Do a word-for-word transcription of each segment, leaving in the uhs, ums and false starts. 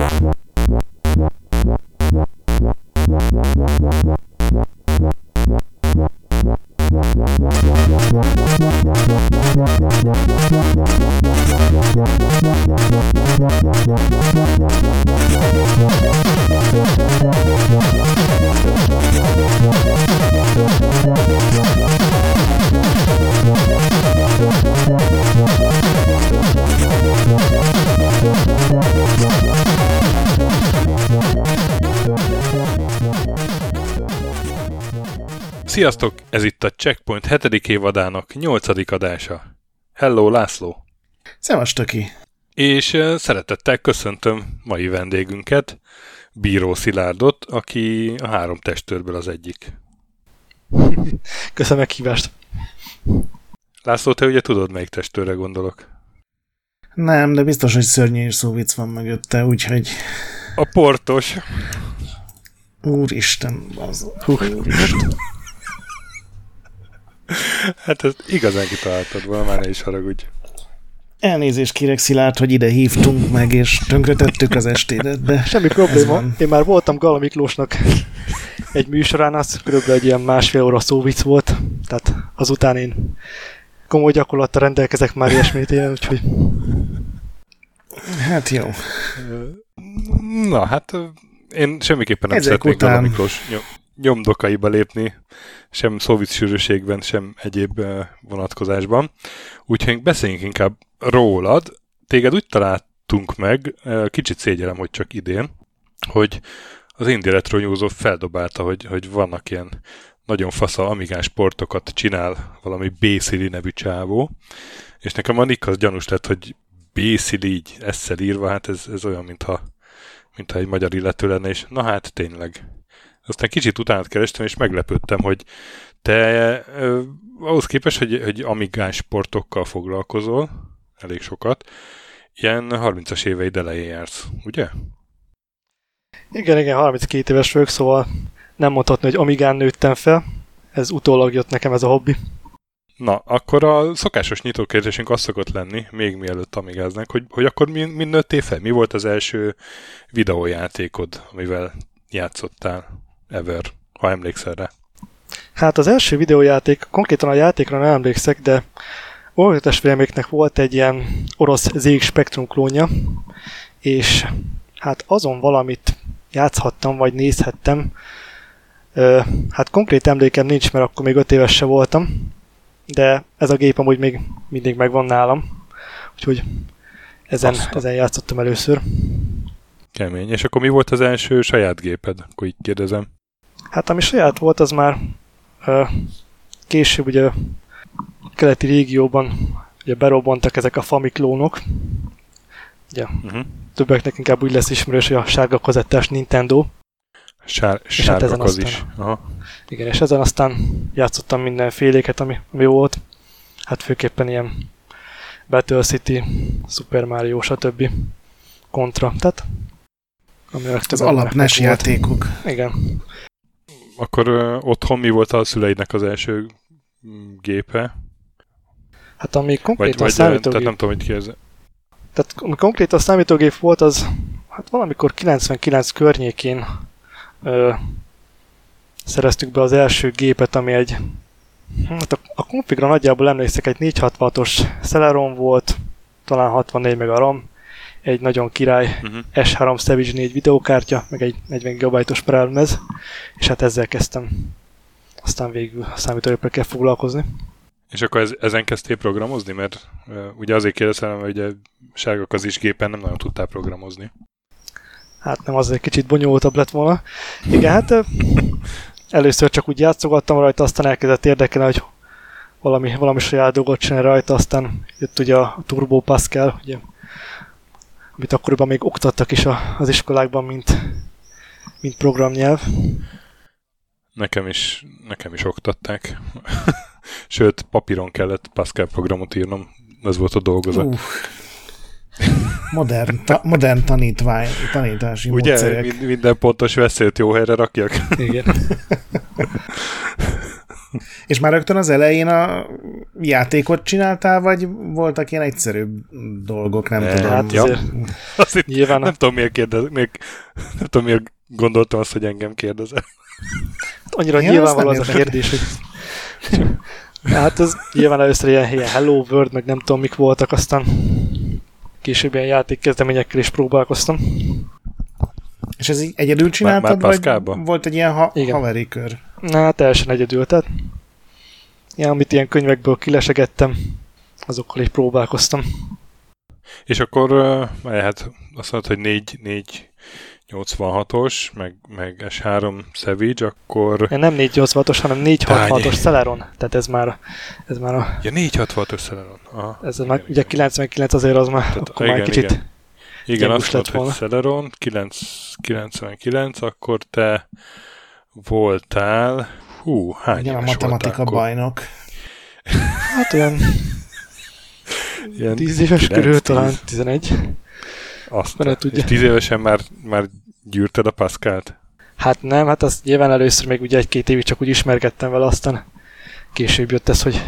Sziasztok! Ez itt a Checkpoint hetedik évadának nyolcadik adása. Hello, László! Szevasz, Töki! És uh, szeretettel köszöntöm mai vendégünket, Bíró Szilárdot, aki a három testőrből az egyik. Köszönöm meghívást! László, te ugye tudod, melyik testőrre gondolok? Nem, de biztos, hogy szörnyű szó vicc van mögötte, úgyhogy... A portos. Úristen, az... Úristen. Hát ezt igazán kitaláltad volna, már ne is haragudj. Elnézést kérek, Szilárd, hogy ide hívtunk meg, és tönkretettük az estédet, de... Semmi probléma. Én már voltam Gala Miklósnak egy műsorán, az körülbelül egy ilyen másfél óra szóvic volt, tehát azután én komoly gyakorlattal rendelkezek már ilyesmit ilyen, úgyhogy... Hát jó. Na, hát én semmiképpen nem Ezek szeretnék után... Gala Miklós nyomdokaiba lépni, sem szóvic sűrűségben, sem egyéb vonatkozásban. Úgyhogy beszéljünk inkább rólad. Téged úgy találtunk meg, kicsit szégyellem, hogy csak idén, hogy az Indie Retro News feldobálta, hogy, hogy vannak ilyen nagyon fasza amigás sportokat csinál valami B-Silly nevű csávó, és nekem a nick az gyanús lett, hogy B-Silly így esszel írva, hát ez, ez olyan, mintha, mintha egy magyar illető lenne, és na hát tényleg. Aztán kicsit utána kerestem, és meglepődtem, hogy te eh, ahhoz képest, hogy, hogy amigás sportokkal foglalkozol, elég sokat, ilyen harmincas éveid elején jársz, ugye? Igen, igen, harminckét éves vagyok, szóval nem mondhatni, hogy amigán nőttem fel. Ez utólag jött nekem ez a hobbi. Na, akkor a szokásos nyitókérdésünk az szokott lenni, még mielőtt amigáznánk, hogy, hogy akkor mi, mi nőttél fel? Mi volt az első videójátékod, amivel játszottál ever, ha emlékszel rá? Hát az első videójáték, konkrétan a játékra nem emlékszek, de orvotestvéreméknek volt egy ilyen orosz zé iksz Spectrum klónja, és hát azon valamit játszhattam, vagy nézhettem. Hát konkrét emlékem nincs, mert akkor még öt éves se voltam, de ez a gép amúgy még mindig megvan nálam, úgyhogy ezen, ezen játszottam először. Kemény. És akkor mi volt az első saját géped? Akkor így kérdezem. Hát ami saját volt, az már uh, később ugye a keleti régióban ugye berobbantak ezek a Famiklónok. Ugye uh-huh. Többeknek inkább úgy lesz ismerős, hogy a sárga kazettás Nintendo. Sár, sárga hát az is. Aha. Igen, és ezen aztán játszottam mindenféléket, ami, ami volt. Hát főképpen ilyen Battle City, Super Mario, stb. Contra. Tehát az alap nes játékok. Igen. Akkor ö, otthon mi volt a szüleidnek az első gépe? Hát ami konkrétan vagy, számítógép... Tehát nem tudom, mit kérdezni. Tehát ami konkrétan a számítógép volt, az hát valamikor kilencvenkilenc környékén ö, szereztük be az első gépet, ami egy... Hát a, a konfigra nagyjából emlékszek, egy négyszázhatvanhatos Celeron volt, talán hatvannégy meg a RAM, egy nagyon király uh-huh. es három Savage négy videókártya, meg egy negyven gigabájtos perelmez, és hát ezzel kezdtem. Aztán végül a számítógéppel kell foglalkozni. És akkor ez, ezen kezdtél programozni? Mert uh, ugye azért kérdezem, hogy ugye sárgakazis gépen nem nagyon tudtál programozni. Hát nem, az egy kicsit bonyolultabb lett volna. Igen, hát uh, először csak úgy játszogattam rajta, aztán elkezdett érdekelni, hogy valami, valami saját dolgot csinálni rajta, aztán jött ugye a Turbo Pascal, ugye, amit akkoriban még oktattak is a, az iskolákban, mint, mint programnyelv. Nekem is, nekem is oktatták. Sőt, papíron kellett Pascal programot írnom. Ez volt a dolgozat. Uh, modern, ta, modern tanítvány, tanítási ugye, módszerek. Ugye, minden pontos veszélyt jó helyre rakjak. Igen. És már rögtön az elején a játékot csináltál, vagy voltak ilyen egyszerűbb dolgok, nem ne, tudom. Hát ja. azért Azt nyilván nem a... tudom, miért kérdez, miért, nem tudom, miért gondoltam azt, hogy engem kérdezel. annyira Ja, nyilvánvaló azt az nem a kérdés, hogy... Hát ez nyilván először ilyen, ilyen Hello World, meg nem tudom mik voltak, aztán később ilyen játékkezdeményekkel is próbálkoztam. És ez így egyedül csináltad, már vagy Pascalba? volt egy ilyen ha- Igen. haveri kör? Na, hát teljesen egyedül, tehát ilyen, amit ilyen könyvekből kilesegettem, azokkal is próbálkoztam. És akkor uh, lehet azt mondod, hogy négy nyolcvanhatos, meg, meg es három Savage, akkor... Ja, nem négy nyolcvanhatos, hanem négy hatvanhatos Celeron. Tehát ez már, ez már a... Ja, négy hatvanhatos Celeron. Aha. Ez Igen, már, igen. ugye kilencvenkilenc azért az már, Tehát, akkor igen, már kicsit... Igen, igen gyanús azt lett mondod, hogy Celeron, kilencvenkilenc, akkor te voltál... Hú, hány Igen, a éves matematika voltál bajnok. Hát olyan Ilyen tíz éves kilenc, körül, tíz. talán tizenegy. Azt, Fele tudja. és tíz évesen már, már gyűrted a Pascalt? Hát nem, hát azt nyilván először még ugye egy-két évig csak úgy ismerkedtem vele, aztán később jött ez, hogy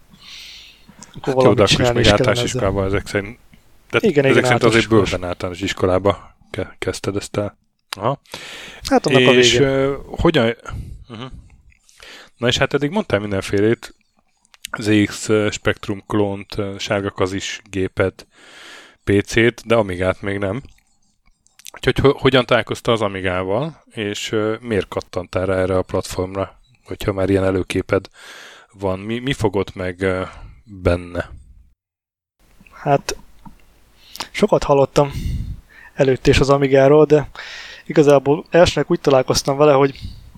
akkor Hát jó, de valamit akkor is csinálni még is kellene általános ezzel. iskolában ezek szerint... De Igen, ezek igen, szerint általános azért iskolás. bőven általános iskolába ke- kezdted ezt el. Aha. Hát annak a És végén. uh, hogyan... Uh-huh. Na és hát eddig mondtál mindenfélét, zé iksz Spectrum klónt, uh, sárgakazis gépet, pé cét, de Amigát még nem. Úgyhogy ho- hogyan találkoztál az Amigával, és uh, miért kattantál rá erre a platformra, hogyha már ilyen előképed van? Mi, mi fogott meg uh, benne? Hát sokat hallottam előtt és az Amigáról, de igazából elsőnek úgy találkoztam vele, hogy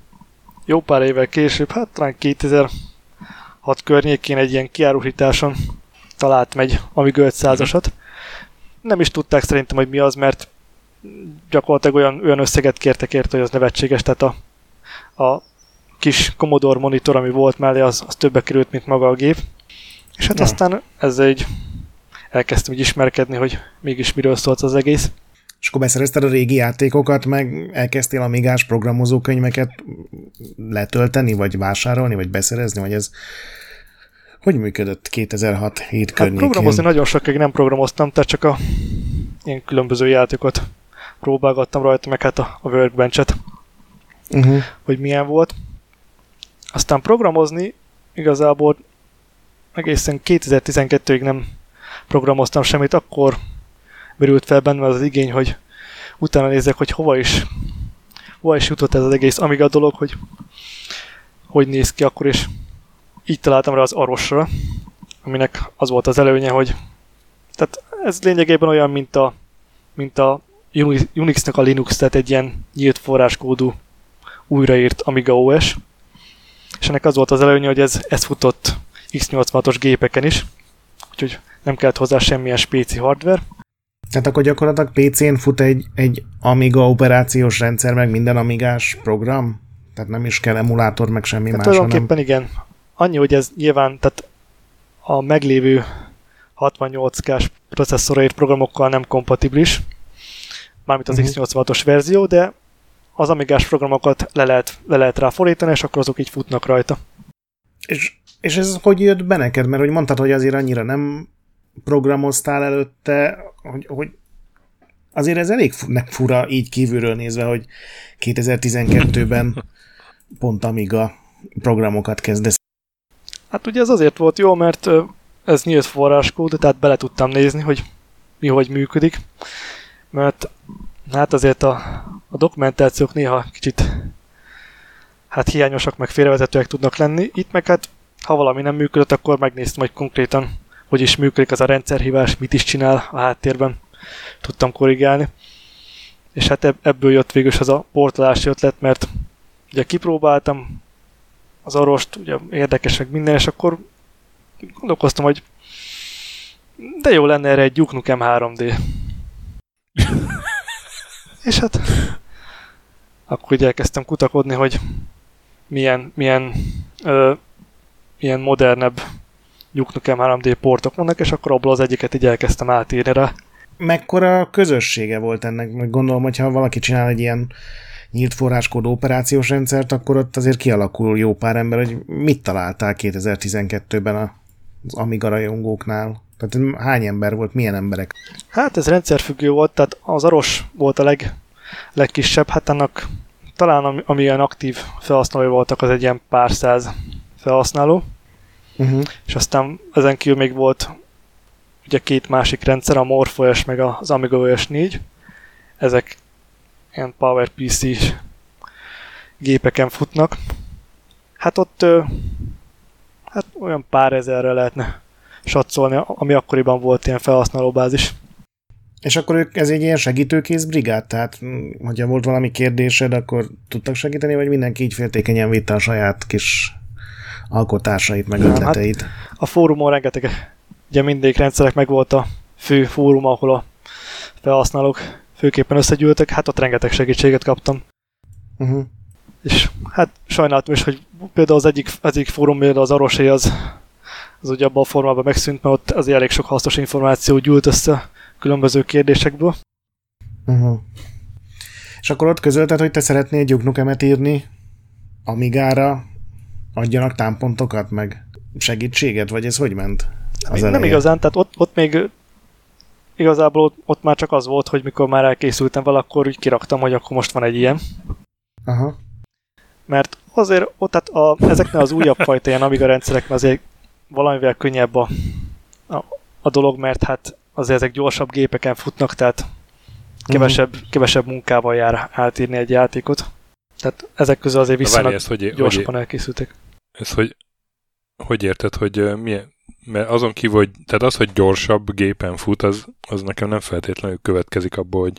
jó pár évvel később, hát talán kétezer-hat környékén egy ilyen kiárusításon talált egy Amiga ötszázasat. Nem is tudták szerintem, hogy mi az, mert gyakorlatilag olyan, olyan összeget kértek érte, hogy az nevetséges, tehát a, a kis Commodore monitor, ami volt mellé, az, az többe került, mint maga a gép. És hát Ja. aztán ezzel így elkezdtem így ismerkedni, hogy mégis miről szólt az egész. És akkor beszerezted a régi játékokat, meg elkezdtél amigás programozókönyveket letölteni, vagy vásárolni, vagy beszerezni, vagy ez hogy működött kétezer-hat-hét Hát környékén? programozni nagyon sokáig nem programoztam, tehát csak a ilyen különböző játékokat próbálgattam rajta, meg hát a, a Workbench-et, Uh-huh. hogy milyen volt. Aztán programozni igazából egészen kétezer-tizenkettőig nem programoztam semmit, akkor merült fel bennem az, az igény, hogy utána nézzek, hogy hova is, hova is jutott ez az egész Amiga dolog, hogy hogy néz ki akkor, és így találtam rá az Arosra, aminek az volt az előnye, hogy tehát ez lényegében olyan, mint a, mint a Unix-nek a Linux, tehát egy ilyen nyílt forráskódú újraírt Amiga ó es, és ennek az volt az előnye, hogy ez, ez futott iksz nyolcvanhatos gépeken is, úgyhogy nem kellett hozzá semmilyen spéci hardware. Tehát akkor gyakorlatilag pé cén fut egy, egy Amiga operációs rendszer, meg minden amigás program? Tehát nem is kell emulátor, meg semmi Tehát más, hanem... tulajdonképpen igen. Annyi, hogy ez nyilván tehát a meglévő hatvannyolc kás processzoraért programokkal nem kompatibilis, mármint az Uh-huh. iksz nyolcvanhatos verzió, de az amigás programokat le lehet, le lehet rá fordítani, és akkor azok így futnak rajta. És, és ez hogy jött be neked? Mert hogy mondtad, hogy azért annyira nem programoztál előtte, hogy, hogy azért ez elég fura így kívülről nézve, hogy kétezer-tizenkettőben pont Amiga programokat kezdesz. Hát ugye ez azért volt jó, mert ö, ez nyílt forráskód, tehát bele tudtam nézni, hogy mi hogy működik. Mert hát azért a, a dokumentációk néha kicsit hát hiányosak, meg félrevezetőek tudnak lenni. Itt meg hát, ha valami nem működött, akkor megnéztem, hogy konkrétan hogy is működik az a rendszerhívás, mit is csinál a háttérben. Tudtam korrigálni. És hát ebből jött végül az a portolási ötlet, mert ugye kipróbáltam az Arost, ugye érdekes meg minden, és akkor gondolkoztam, hogy de jó lenne erre egy Duke Nukem három dé. És hát akkor ugye elkezdtem kutakodni, hogy milyen, milyen, ö, milyen modernebb Duke Nukem három dé portok vannak, és akkor abból az egyiket így elkezdtem átírni rá. Mekkora közössége volt ennek? Gondolom, hogyha valaki csinál egy ilyen nyílt forráskód operációs rendszert, akkor ott azért kialakul jó pár ember, hogy mit találtál kétezer-tizenkettőben az Amiga rajongóknál. Tehát hány ember volt, milyen emberek? Hát ez rendszerfüggő volt, tehát az Aros volt a leg, legkisebb, hát annak talán amilyen aktív felhasználói voltak, az egy ilyen pár száz felhasználó. Uh-huh. És aztán ezen kívül még volt ugye két másik rendszer, a MorphOS meg az Amiga o es négy. Ezek ilyen PowerPC-s gépeken futnak. Hát ott hát olyan pár ezerre lehetne satszolni, ami akkoriban volt ilyen felhasználóbázis. És akkor ők, ez egy ilyen segítőkész brigád? Tehát, hogyha volt valami kérdésed, akkor tudtak segíteni, vagy mindenki így féltékenyen vitte a saját kis alkotásait, meg ötleteit? Hát a fórumon rengeteg, ugye mindig rendszerek meg volt a fő fórum, ahol a felhasználók főképpen összegyűltek, hát ott rengeteg segítséget kaptam. Uh-huh. És hát sajnáltam is, hogy például az egyik, az egyik fórum, például az Arosé, az, az ugye abban a formában megszűnt, mert ott azért elég sok hasznos információ gyűlt össze különböző kérdésekből. Uh-huh. És akkor ott közölted, hogy te szeretnél Duke Nukem-et írni Amigára, adjanak támpontokat, meg segítséget, vagy ez hogy ment? Az nem eleje? Igazán, tehát ott, ott még igazából ott, ott már csak az volt, hogy mikor már elkészültem vele, akkor úgy kiraktam, hogy akkor most van egy ilyen. Aha. Mert azért ott, tehát a, ezeknél az újabb fajta ilyen Amiga rendszereknél azért valamivel könnyebb a, a, a dolog, mert hát azért ezek gyorsabb gépeken futnak, tehát kevesebb, uh-huh. kevesebb munkával jár átírni egy játékot. Tehát ezek közül azért viszonylag ezt, hogy, gyorsabban hogy, elkészültek. Ez hogy, hogy érted, hogy milyen, mert azon kívül, hogy, tehát az, hogy gyorsabb gépen fut, az, az nekem nem feltétlenül következik abból, hogy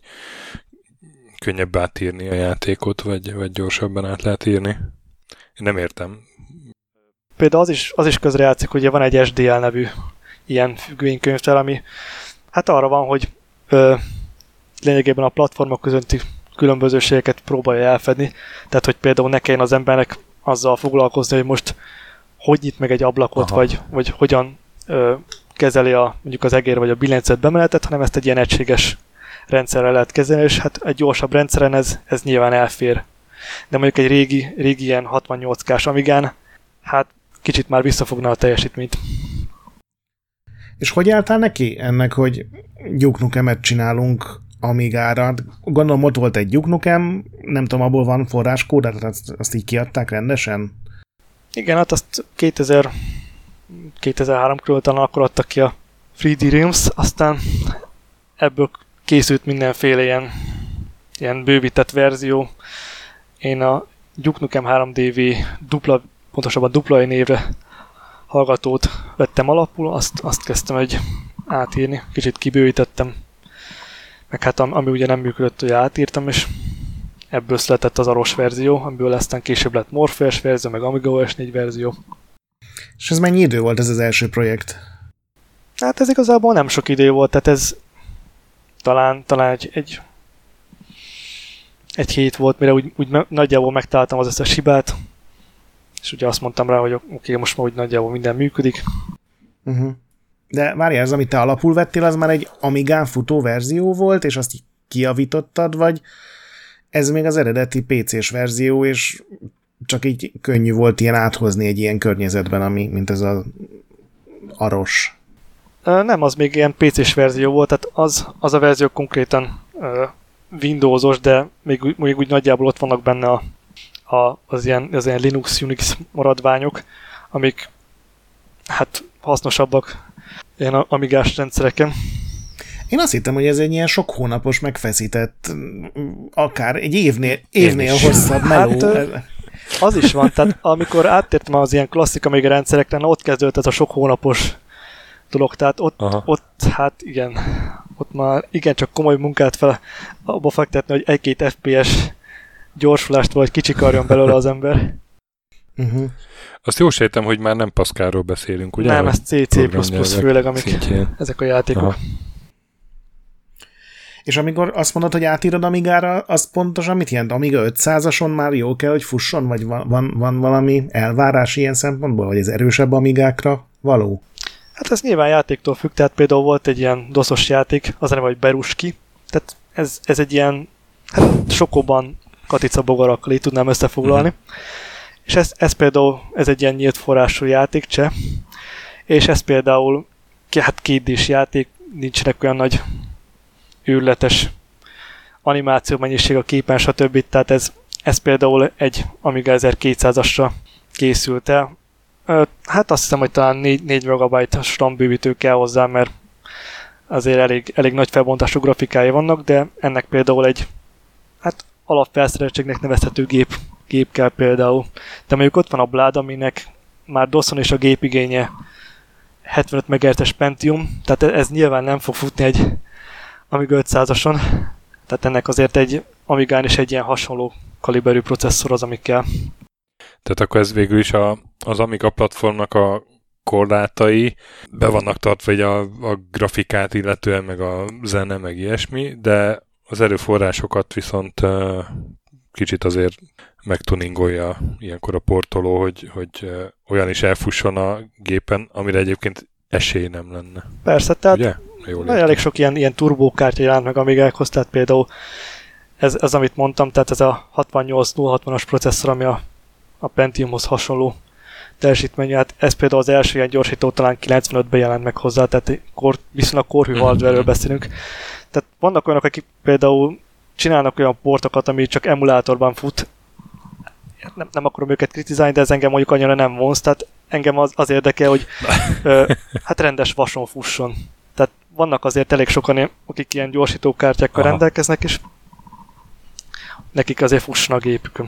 könnyebb átírni a játékot, vagy, vagy gyorsabban át lehet írni. Én nem értem. Például az is, az is közrejátszik, hogy van egy es dé el nevű ilyen függvénykönyvtár, ami hát arra van, hogy ö, lényegében a platformok közötti különbözőségeket próbálja elfedni. Tehát, hogy például ne kelljen az embernek azzal foglalkozni, hogy most hogy nyit meg egy ablakot, vagy, vagy hogyan ö, kezeli a, mondjuk az egér vagy a billentyűzet bemeletet, hanem ezt egy ilyen egységes rendszerrel lehet kezelni, és hát egy gyorsabb rendszeren ez, ez nyilván elfér. De mondjuk egy régi, régi ilyen hatvannyolc kás Amigán, hát kicsit már visszafogna a teljesítményt. És hogy álltál neki ennek, hogy Duke Nukem-et csinálunk Amigára? Gondolom ott volt egy Duke Nukem, nem tudom, abból van forráskód, tehát azt, azt így kiadták rendesen? Igen, hát azt kétezer, kétezer-három körül talán akkor adtak ki a három dé Realms, aztán ebből készült mindenféle ilyen, ilyen bővített verzió. Én a Duke Nukem három dé vé dupla, pontosabban dupla névre hallgatót vettem alapul, azt, azt kezdtem egy átírni, kicsit kibővítettem, meg hát ami ugye nem működött, hogy átírtam, és ebből született az Aros verzió, amiből aztán később lett MorphOS verzió, meg Amiga o es négy verzió. És ez mennyi idő volt ez az első projekt? Hát ez igazából nem sok idő volt, tehát ez talán, talán egy, egy, egy hét volt, mire úgy, úgy nagyjából megtaláltam az összes hibát, és ugye azt mondtam rá, hogy oké, okay, most már úgy nagyjából minden működik. Uh-huh. De várjál, ez, amit te alapul vettél, az már egy Amigán futó verzió volt, és azt kijavítottad, vagy ez még az eredeti pé cés verzió, és csak így könnyű volt ilyen áthozni egy ilyen környezetben, ami, mint ez az Aros. Nem, az még ilyen pé cés verzió volt, tehát az, az a verzió konkrétan uh, Windowsos, de még, még úgy nagyjából ott vannak benne a, a, az, ilyen, az ilyen Linux-Unix maradványok, amik hát hasznosabbak ilyen amigás rendszereken. Én azt hittem, hogy ez egy ilyen sok hónapos megfeszített, akár egy évnél, évnél hosszabb meló. Hát, az is van, tehát amikor áttértem az ilyen klasszik Amiga rendszerekre, na ott kezdődött ez a sok hónapos dolog, tehát ott, ott hát igen, ott már igencsak komoly munkát fel abba fektetni, hogy egy-két ef pé es gyorsulást vagy kicsikarjon belőle az ember. Uh-huh. Azt jól sejtem, hogy már nem Pascalról beszélünk, ugye? Nem, ez C C plusz plusz főleg, amik szintjén. Ezek a játékok. Aha. És amikor azt mondod, hogy átírod Amigára, az pontosan mit jelent? Amiga ötszázason már jó kell, hogy fusson? Vagy van, van, van valami elvárás ilyen szempontból? Vagy ez erősebb Amigákra való? Hát ez nyilván játéktól függ, tehát például volt egy ilyen doszos játék, az a neve, hogy Beruski. Tehát ez, ez egy ilyen, hát sokóban katica bogarakkal így tudnám összefoglalni. Mm. És ez, ez például, ez egy ilyen nyílt forrású játék, cseh, és ez például hát kétdés játék, nincsenek olyan nagy őrületes animáció mennyiség a képen, stb. Tehát ez, ez például egy Amiga ezerkétszázasra készült el. Hát azt hiszem, hogy talán négy megabyte-os RAM bővítő kell hozzá, mert azért elég, elég nagy felbontású grafikái vannak, de ennek például egy hát alapfelszereltségnek nevezhető gép, gép kell például. De mondjuk ott van a Blád, aminek már doszon és a gépigénye hetvenöt megahertzes Pentium, tehát ez nyilván nem fog futni egy Amiga ötszázason, tehát ennek azért egy Amigán is egy ilyen hasonló kaliberű processzor az, ami kell. Tehát akkor ez végül is a, az Amiga platformnak a korlátai be vannak tartva így a, a grafikát illetően, meg a zene, meg ilyesmi, de az erőforrásokat viszont uh, kicsit azért megtuningolja ilyenkor a portoló, hogy, hogy uh, olyan is elfusson a gépen, amire egyébként esély nem lenne. Persze, tehát elég sok ilyen, ilyen turbókártya jelent meg Amigákhoz, tehát például ez, ez, amit mondtam, tehát ez a hatvannyolc nulla hatvanas processzor, ami a, a Pentiumhoz hasonló teljesítményű, hát ez például az első ilyen gyorsító talán kilencvenötben jelent meg hozzá, tehát kor, viszonylag korhű hardware-ről beszélünk. Tehát vannak olyanok, akik például csinálnak olyan portokat, ami csak emulátorban fut. Nem, nem akarom őket kritizálni, de ez engem mondjuk annyira nem vonz, tehát engem az, az érdekel, hogy ö, hát rendes vason fusson. Tehát vannak azért elég sokan, akik ilyen gyorsítókártyákkal rendelkeznek, és nekik azért fusson a gépükön.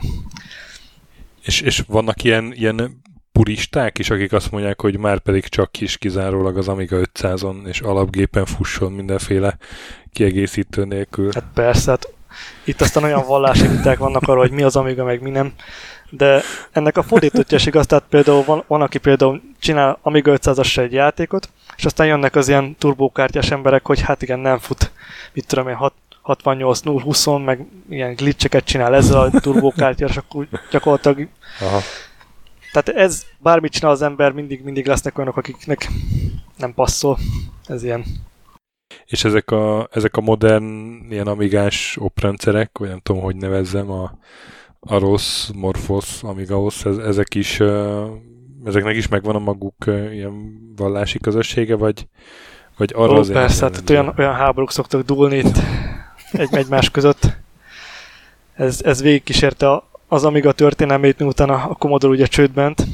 És, és vannak ilyen, ilyen puristák is, akik azt mondják, hogy már pedig csak kis kizárólag az Amiga ötszázon és alapgépen fusson mindenféle kiegészítő nélkül. Hát persze, hát itt aztán olyan vallási viták vannak arról, hogy mi az Amiga, meg mi nem. De ennek a fordítottja is igaz, tehát például van, van, aki például csinál Amiga ötszázasra egy játékot, és aztán jönnek az ilyen turbókártyás emberek, hogy hát igen, nem fut, mit tudom én, hatvannyolc nulla húsz, meg ilyen glitcheket csinál ezzel a turbókártyával, és akkor gyakorlatilag... Aha. Tehát ez, bármit csinál az ember, mindig, mindig lesznek olyanok, akiknek nem passzol. Ez ilyen. És ezek a, ezek a modern, ilyen amigás oprendszerek, vagy nem tudom, hogy nevezzem, a Aros, Morphos, Amigaos, ez, ezek is, ezeknek is megvan a maguk ilyen vallási közössége, vagy, vagy arra Ó, azért... persze, tehát olyan, olyan háborúk szoktak dúlni itt egy, egymás között. Ez, ez végigkísérte a az Amiga történelmét, miután a Commodore ugye csődbe ment.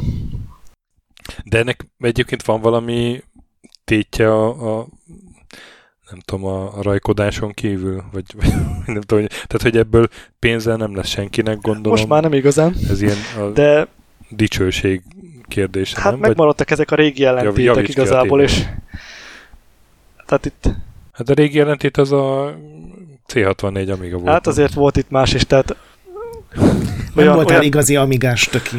De ennek egyébként van valami tétje a, a nem tudom, a, a rajkodáson kívül? Vagy, vagy nem tudom, tehát, hogy ebből pénzzel nem lesz senkinek, gondolom. Most már nem igazán. Ez ilyen a de dicsőség kérdése, hát nem? megmaradtak vagy ezek a régi ellentétek igazából, és tehát itt... Hát a régi ellentét az a cé hatvannégy Amiga volt. Hát azért volt itt más is, tehát nem olyan, voltál olyan... igazi amigás töki.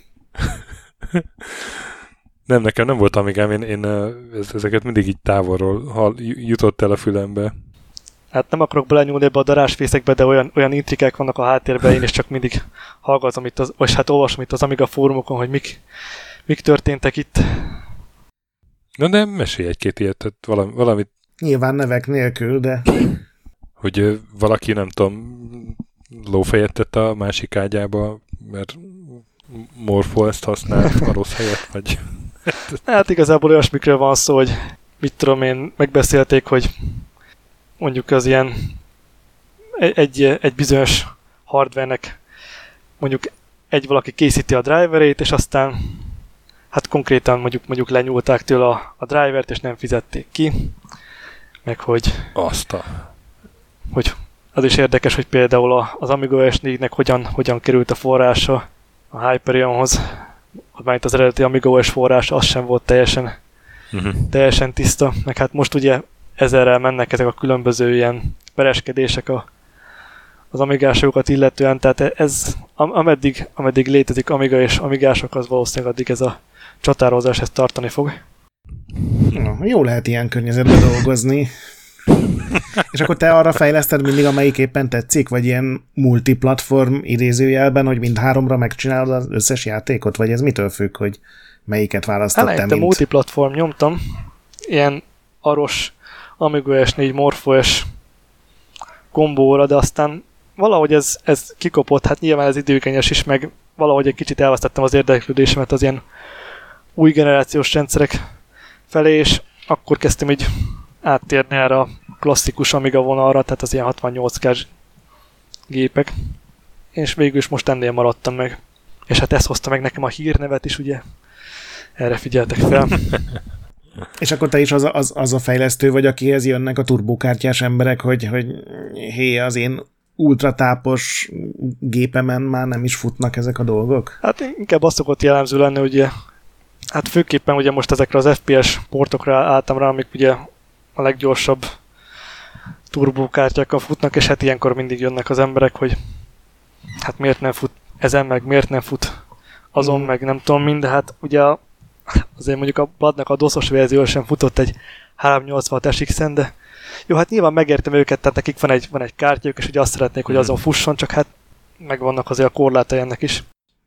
Nem, nekem nem volt amigám, én, én ezeket mindig így távolról hall, jutott el a fülembe. Hát nem akarok belenyúlni ebbe a darásfészekbe, de olyan, olyan intrikák vannak a háttérben, én is csak mindig hallgatom itt, az, vagy hát olvasom itt az Amiga fórumokon, hogy mik, mik történtek itt. Na de mesélj egy-két ilyet, tehát valami, valamit... Nyilván nevek nélkül, de... Hogy valaki, nem tudom, lófejet tett a másik ágyába, mert Morpho ezt használ a rossz helyet, vagy... Hát igazából olyasmikről van szó, hogy mit tudom én, megbeszélték, hogy mondjuk az ilyen egy, egy bizonyos hardware-nek mondjuk egy valaki készíti a driverét, és aztán hát konkrétan mondjuk, mondjuk lenyúlták tőle a, a drivert, és nem fizették ki, meg hogy... Azt a... Hogy az is érdekes, hogy például az Amiga o es négynek hogyan, hogyan került a forrása a Hyperionhoz, mert az eredeti Amiga o es forrása az sem volt teljesen, uh-huh. teljesen tiszta, meg hát most ugye ezerrel mennek ezek a különböző ilyen pereskedések a, az amigásokat illetően, tehát ez ameddig, ameddig létezik Amiga és amigások, az valószínűleg addig ez a csatározás ezt tartani fog. Na, jó lehet ilyen környezetben dolgozni. És akkor te arra fejleszted mindig, amelyik éppen tetszik? Vagy ilyen multiplatform idézőjelben, hogy mind háromra megcsinálod az összes játékot? Vagy ez mitől függ, hogy melyiket választod te, mint? Hát multiplatform nyomtam. Ilyen Aros, Amiga o es négy, Morpho-es kombóra, de aztán valahogy ez, ez kikopott, hát nyilván ez időigényes is, meg valahogy egy kicsit elvesztettem az érdeklődésemet az ilyen új generációs rendszerek felé, és akkor kezdtem így áttérni erre a klasszikus Amiga vonalra, tehát az ilyen hatvannyolc K-s gépek, és végül is most ennél maradtam meg. És hát ez hozta meg nekem a hírnevet is, ugye? Erre figyeltek fel. És akkor te is az, az, az a fejlesztő vagy, akihez jönnek a turbókártyás emberek, hogy, hogy hé, az én ultratápos gépemen már nem is futnak ezek a dolgok? Hát inkább azt szokott jellemző lenni, ugye, hát főképpen ugye most ezekre az ef pé es portokra álltam rá, amik ugye a leggyorsabb turbókártyákkal futnak, és hát ilyenkor mindig jönnek az emberek, hogy hát miért nem fut ezen, meg miért nem fut azon, mm. meg nem tudom mind, de hát ugye azért mondjuk a Bloodnak a doszos verzió sem futott egy háromszáznyolcvanhat es iksz-en, de jó, hát nyilván megértem őket, tehát nekik van egy, van egy kártyájuk, és ugye azt szeretnék, hogy azon fusson, csak hát megvannak azért a korlátai ennek is.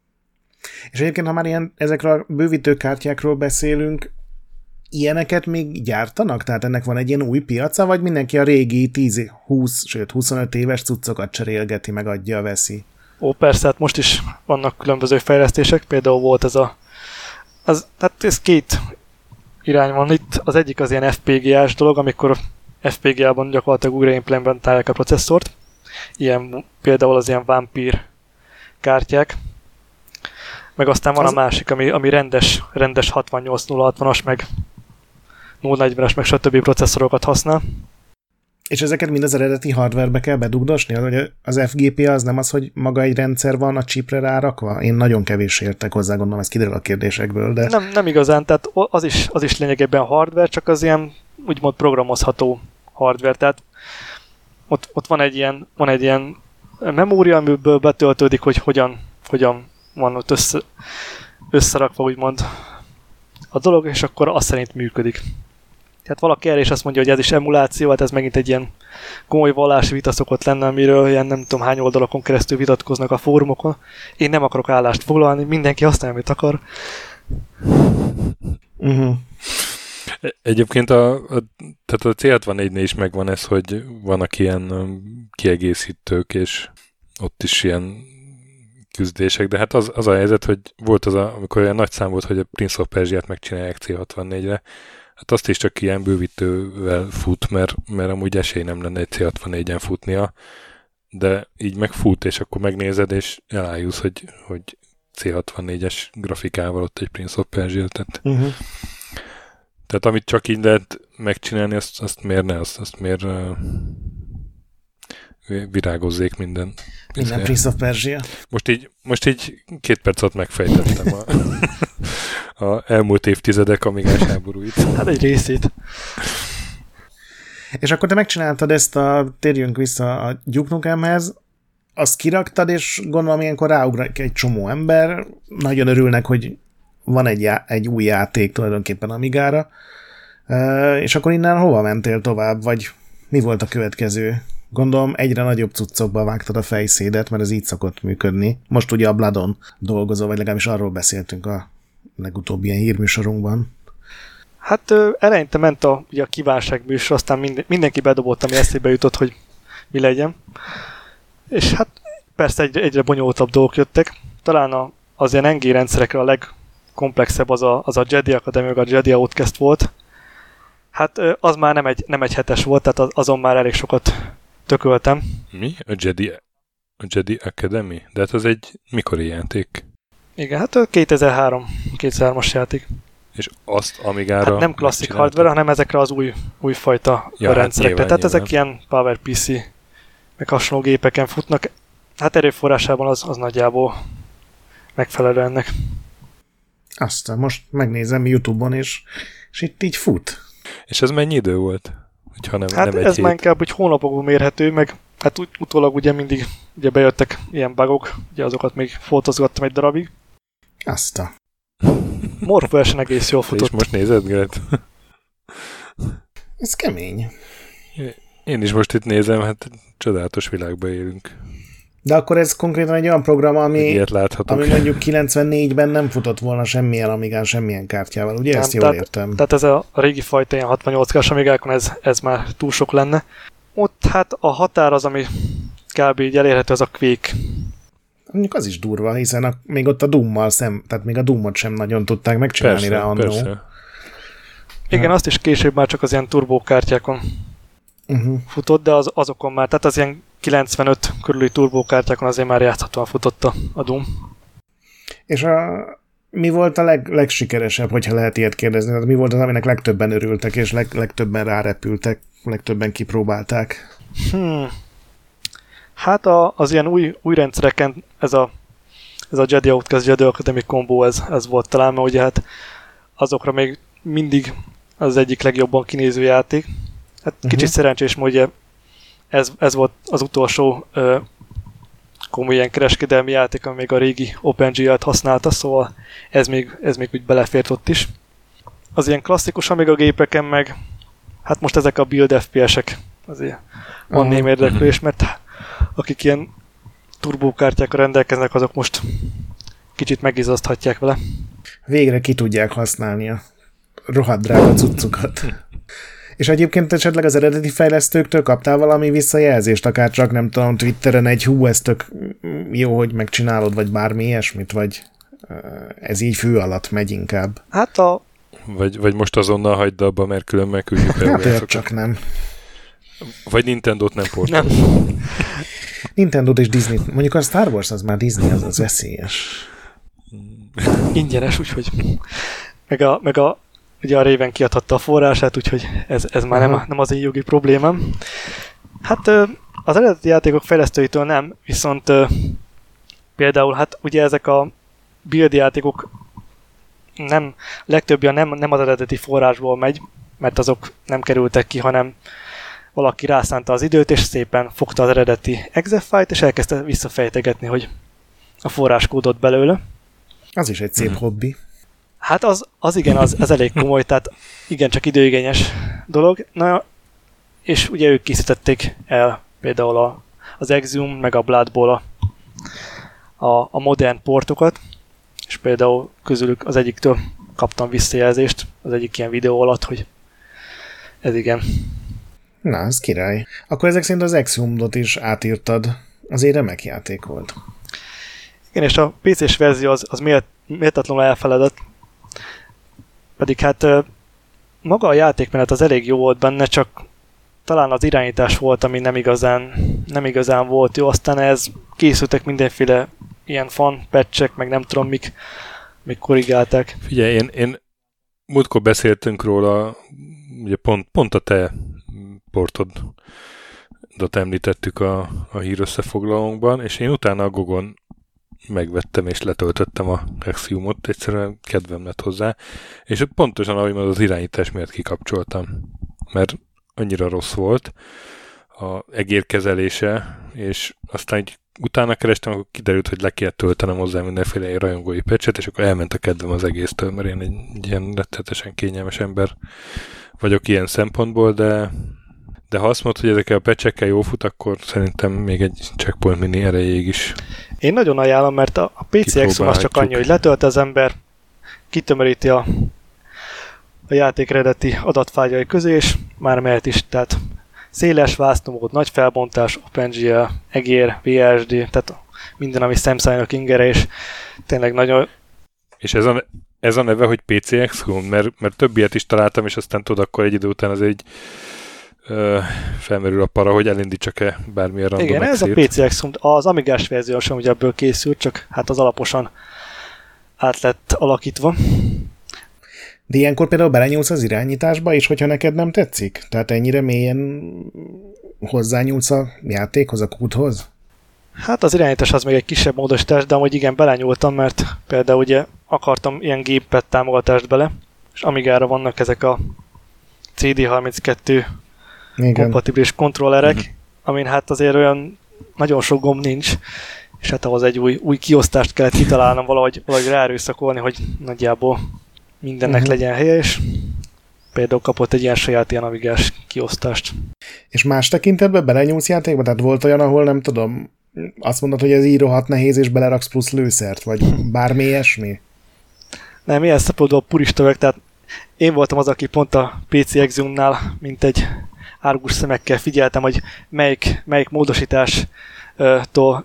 És egyébként, ha már ilyen, ezekről a bővítő kártyákról beszélünk, ilyeneket még gyártanak? Tehát ennek van egy ilyen új piaca, vagy mindenki a régi tíz, húsz, sőt huszonöt éves cuccokat cserélgeti, meg adja, veszi? Ó, persze, hát most is vannak különböző fejlesztések, például volt ez a az, hát ez két irány van itt. Az egyik az ilyen ef pé gé á-s dolog, amikor ef pé gé á-ban gyakorlatilag újra implementálják a processzort. Ilyen például az ilyen Vampire kártyák. Meg aztán van az... a másik, ami, ami rendes, rendes hatvannyolc nulla hatvanas, meg nulla negyvenes, meg stb. Processzorokat használ. És ezeket mind az eredeti hardwarebe kell bedugdosni? Hogy az ef gé pé az nem az, hogy maga egy rendszer van a chipre rárakva? Én nagyon kevés értek hozzá, gondolom, ez kiderül a kérdésekből, de... Nem, nem igazán, tehát az is, az is lényegében hardware, csak az ilyen úgymond programozható hardware, tehát ott, ott van egy ilyen, van egy ilyen memória, amiből betöltődik, hogy hogyan, hogyan van ott össze, összerakva, úgymond a dolog, és akkor azt szerint működik. Tehát valaki erre is azt mondja, hogy ez is emuláció, hát ez megint egy ilyen komoly vallási vita szokott lenne, amiről ilyen nem tudom hány oldalakon keresztül vitatkoznak a fórumokon. Én nem akarok állást foglalni, mindenki használja, amit akar. Uh-huh. Egyébként a, a, tehát a cé hatvannégynél is megvan ez, hogy vannak ilyen kiegészítők, és ott is ilyen küzdések, de hát az, az a helyzet, hogy volt az, a, amikor olyan nagy szám volt, hogy a Prince of Persia-t megcsinálják cé hatvannégyre, hát azt is csak ilyen bővítővel fut, mert, mert amúgy esély nem lenne egy cé hatvannégyen futnia, de így megfut, és akkor megnézed, és elájulsz, hogy, hogy cé hatvannégyes grafikával ott egy Prince of Persia, tehát, uh-huh. tehát amit csak így lehet megcsinálni, azt, azt miért ne, azt, azt miért uh, virágozzék minden. Minden Prince of Persia. Most így, most így két perc alatt megfejtettem a, a elmúlt évtizedek amigás háborúit. Hát egy részét. És akkor te megcsináltad ezt a, térjünk vissza a Duke Nukemhez, azt kiraktad, és gondolom ilyenkor ráugrik egy csomó ember, nagyon örülnek, hogy van egy, já- egy új játék tulajdonképpen Amigára, és akkor innen hova mentél tovább, vagy mi volt a következő? Gondolom egyre nagyobb cuccokba vágtad a fejszédet, mert ez így szokott működni. Most ugye a Bloodon dolgozol, vagy legalábbis arról beszéltünk a legutóbbi ilyen hírműsorunkban. Hát eleinte ment a, ugye a kívánságműsor, aztán minden, mindenki bedobott, ami eszébe jutott, hogy mi legyen. És hát persze egyre, egyre bonyolultabb dolgok jöttek. Talán a, az ilyen en gé rendszerekre a legkomplexebb az a, az a Jedi Academy, a Jedi Outcast volt. Hát az már nem egy, nem egy hetes volt, tehát azon már elég sokat tököltem. Mi? A Jedi, a Jedi Academy? De hát az egy mikori játék? Igen, hát kétezer-három, kétezer-hármas játék. És azt Amigára hát nem klasszik hardware, hanem ezekre az új, újfajta ja, rendszerekre. Hát tehát nyilván. Ezek ilyen PowerPC, meg hasonló gépeken futnak. Hát erőforrásában az, az nagyjából megfelelő ennek. Aztán most megnézem YouTube-on, és, és itt így fut. És ez mennyi idő volt? Hogyha nem, hát nem ez egy már inkább úgy hónapokban mérhető, meg hát úgy, utólag ugye mindig ugye bejöttek ilyen bugok, ugye azokat még fotózgattam egy darabig. Azt a... Morphversen egész jól futott. És most nézed, Gret? Ez kemény. Én is most itt nézem, hát csodálatos világban élünk. De akkor ez konkrétan egy olyan program, ami, ami mondjuk kilencvennégyben nem futott volna semmilyen Amigán, semmilyen kártyával, ugye? Nem, ezt jól tehát, értem. Tehát ez a régi fajta ilyen hatvannyolc K-s Amigákon ez, ez már túl sok lenne. Ott hát a határ az, ami kb. Így elérhető az a Quake. Mondjuk az is durva, hiszen a, még ott a Doom-mal szem, tehát még a Doom-ot sem nagyon tudták megcsinálni persze, rá annó. persze. Igen, ha. Azt is később már csak az ilyen turbókártyákon uh-huh. futott, de az, azokon már, tehát az ilyen kilencvenöt körüli turbókártyákon azért már játszhatóan futott a, a Doom. És a, mi volt a leg, legsikeresebb, hogyha lehet ilyet kérdezni? Tehát mi volt az, aminek legtöbben örültek, és leg, legtöbben rárepültek, legtöbben kipróbálták? Hmm. Hát a, az ilyen új, új rendszereken ez a, ez a Jedi Outcast Jedi Academy kombó, ez, ez volt talán, mert ugye hát azokra még mindig az egyik legjobban kinéző játék. Hát uh-huh. kicsit szerencsés, hogy ugye ez, ez volt az utolsó ö, komoly ilyen kereskedelmi játék, ami még a régi OpenGL-t használta, szóval ez még, ez még úgy belefért ott is. Az ilyen klasszikusan még a gépeken meg, hát most ezek a build ef pé es-ek azért van uh-huh. némi érdeklődés, mert akik ilyen turbókártyákkal rendelkeznek, azok most kicsit megizaszthatják vele. Végre ki tudják használni a rohadt drága cuccukat. És egyébként esetleg az eredeti fejlesztőktől kaptál valami visszajelzést, akár csak nem tudom, Twitteren egy hú, ez tök jó, hogy megcsinálod, vagy bármi ilyesmit, vagy ez így fő alatt megy inkább. Hát a... Vagy, vagy most azonnal hagyd abba, mert különben küldjük el. Hát olyat csak nem. Vagy Nintendót nem portál. Nem. Nintendót és Disney. Mondjuk a Star Wars az már Disney, az az veszélyes. Ingyenes, úgyhogy meg a, meg a ugye a Raven kiadhatta a forrását, úgyhogy ez, ez már nem, nem az én jogi problémám. Hát az eredeti játékok fejlesztőitől nem, viszont például hát ugye ezek a build játékok nem, legtöbbje nem, nem az eredeti forrásból megy, mert azok nem kerültek ki, hanem valaki rászánta az időt, és szépen fogta az eredeti exe file-t, és elkezdte visszafejtegetni, hogy a forráskódot belőle. Az is egy szép uh-huh. hobbi. Hát az, az igen, az, az elég komoly, tehát igen, csak időigényes dolog. Na, és ugye ők készítették el például a, az Exium, meg a Bloodból a, a, a modern portokat, és például közülük az egyiktől kaptam visszajelzést az egyik ilyen videó alatt, hogy ez igen. Na, ez király. Akkor ezek szerint az Exiumot is átírtad. Azért remek játék volt. Igen, és a pé cés verzió az, az mélt, méltatlanul elfeledett. Pedig hát maga a játékmenet az elég jó volt benne, csak talán az irányítás volt, ami nem igazán, nem igazán volt jó. Aztán ez készültek mindenféle ilyen fan patch-ek, meg nem tudom mik, mik korrigálták. Figyelj, én, én múltkor beszéltünk róla, ugye pont, pont a te portodat említettük a, a hír összefoglalónkban, és én utána a Gogon megvettem és letöltöttem a Exiumot, egyszerűen kedvem lett hozzá, és pontosan ahogy mondod, az irányítás miatt kikapcsoltam, mert annyira rossz volt a egérkezelése, és aztán így utána kerestem, akkor kiderült, hogy le kellett töltenem hozzá mindenféle rajongói patchet, és akkor elment a kedvem az egésztől, mert én egy, egy ilyen rettetesen kényelmes ember vagyok ilyen szempontból, de de ha azt mondod, hogy ezekkel a patchekkel jó fut, akkor szerintem még egy Checkpoint Mini erejéig is. Én nagyon ajánlom, mert a, a pé cé Exum az csak annyi, hogy letölt az ember, kitömöríti a, a játék eredeti adatfájljai közé, és már mehet is. Tehát széles vásznomód, nagy felbontás, OpenGL, egér, vé es dé, tehát minden, ami szemszájnak ingere, és tényleg nagyon... És ez a, ez a neve, hogy pé cé Exum? Mert, mert több ilyet is találtam, és aztán tudod, akkor egy idő után az egy Ö, felmerül a para, hogy elindítsak-e bármilyen random Igen, exét. ez a pé cé Exum, az Amigás verzió sem ugye ebből készült, csak hát az alaposan át lett alakítva. De ilyenkor például belenyúlsz az irányításba, és hogyha neked nem tetszik? Tehát ennyire mélyen hozzányúlsz a játékhoz, a kódhoz? Hát az irányítás az még egy kisebb módosítás, de amúgy igen, belenyúltam, mert például ugye akartam ilyen gépet támogatást bele, és Amigára vannak ezek a cé dé harminckettő igen. kompatibilis kontrollerek, uh-huh. amin hát azért olyan nagyon sok gomb nincs, és hát ahhoz egy új, új kiosztást kellett kitalálnom, valahogy, valahogy ráerőszakolni, hogy nagyjából mindennek uh-huh. legyen helye, és például kapott egy ilyen saját ilyen navigás kiosztást. És más tekintetben belenyúlsz játékba? Tehát volt olyan, ahol nem tudom, azt mondod, hogy ez így rohadt nehéz, és beleraksz plusz lőszert, vagy bármi ilyesmi? Nem, ilyen szempontból purista vagyok, tehát én voltam az, aki pont a pé cé Exumnál, mint egy árgus szemekkel figyeltem, hogy melyik, melyik módosítás tól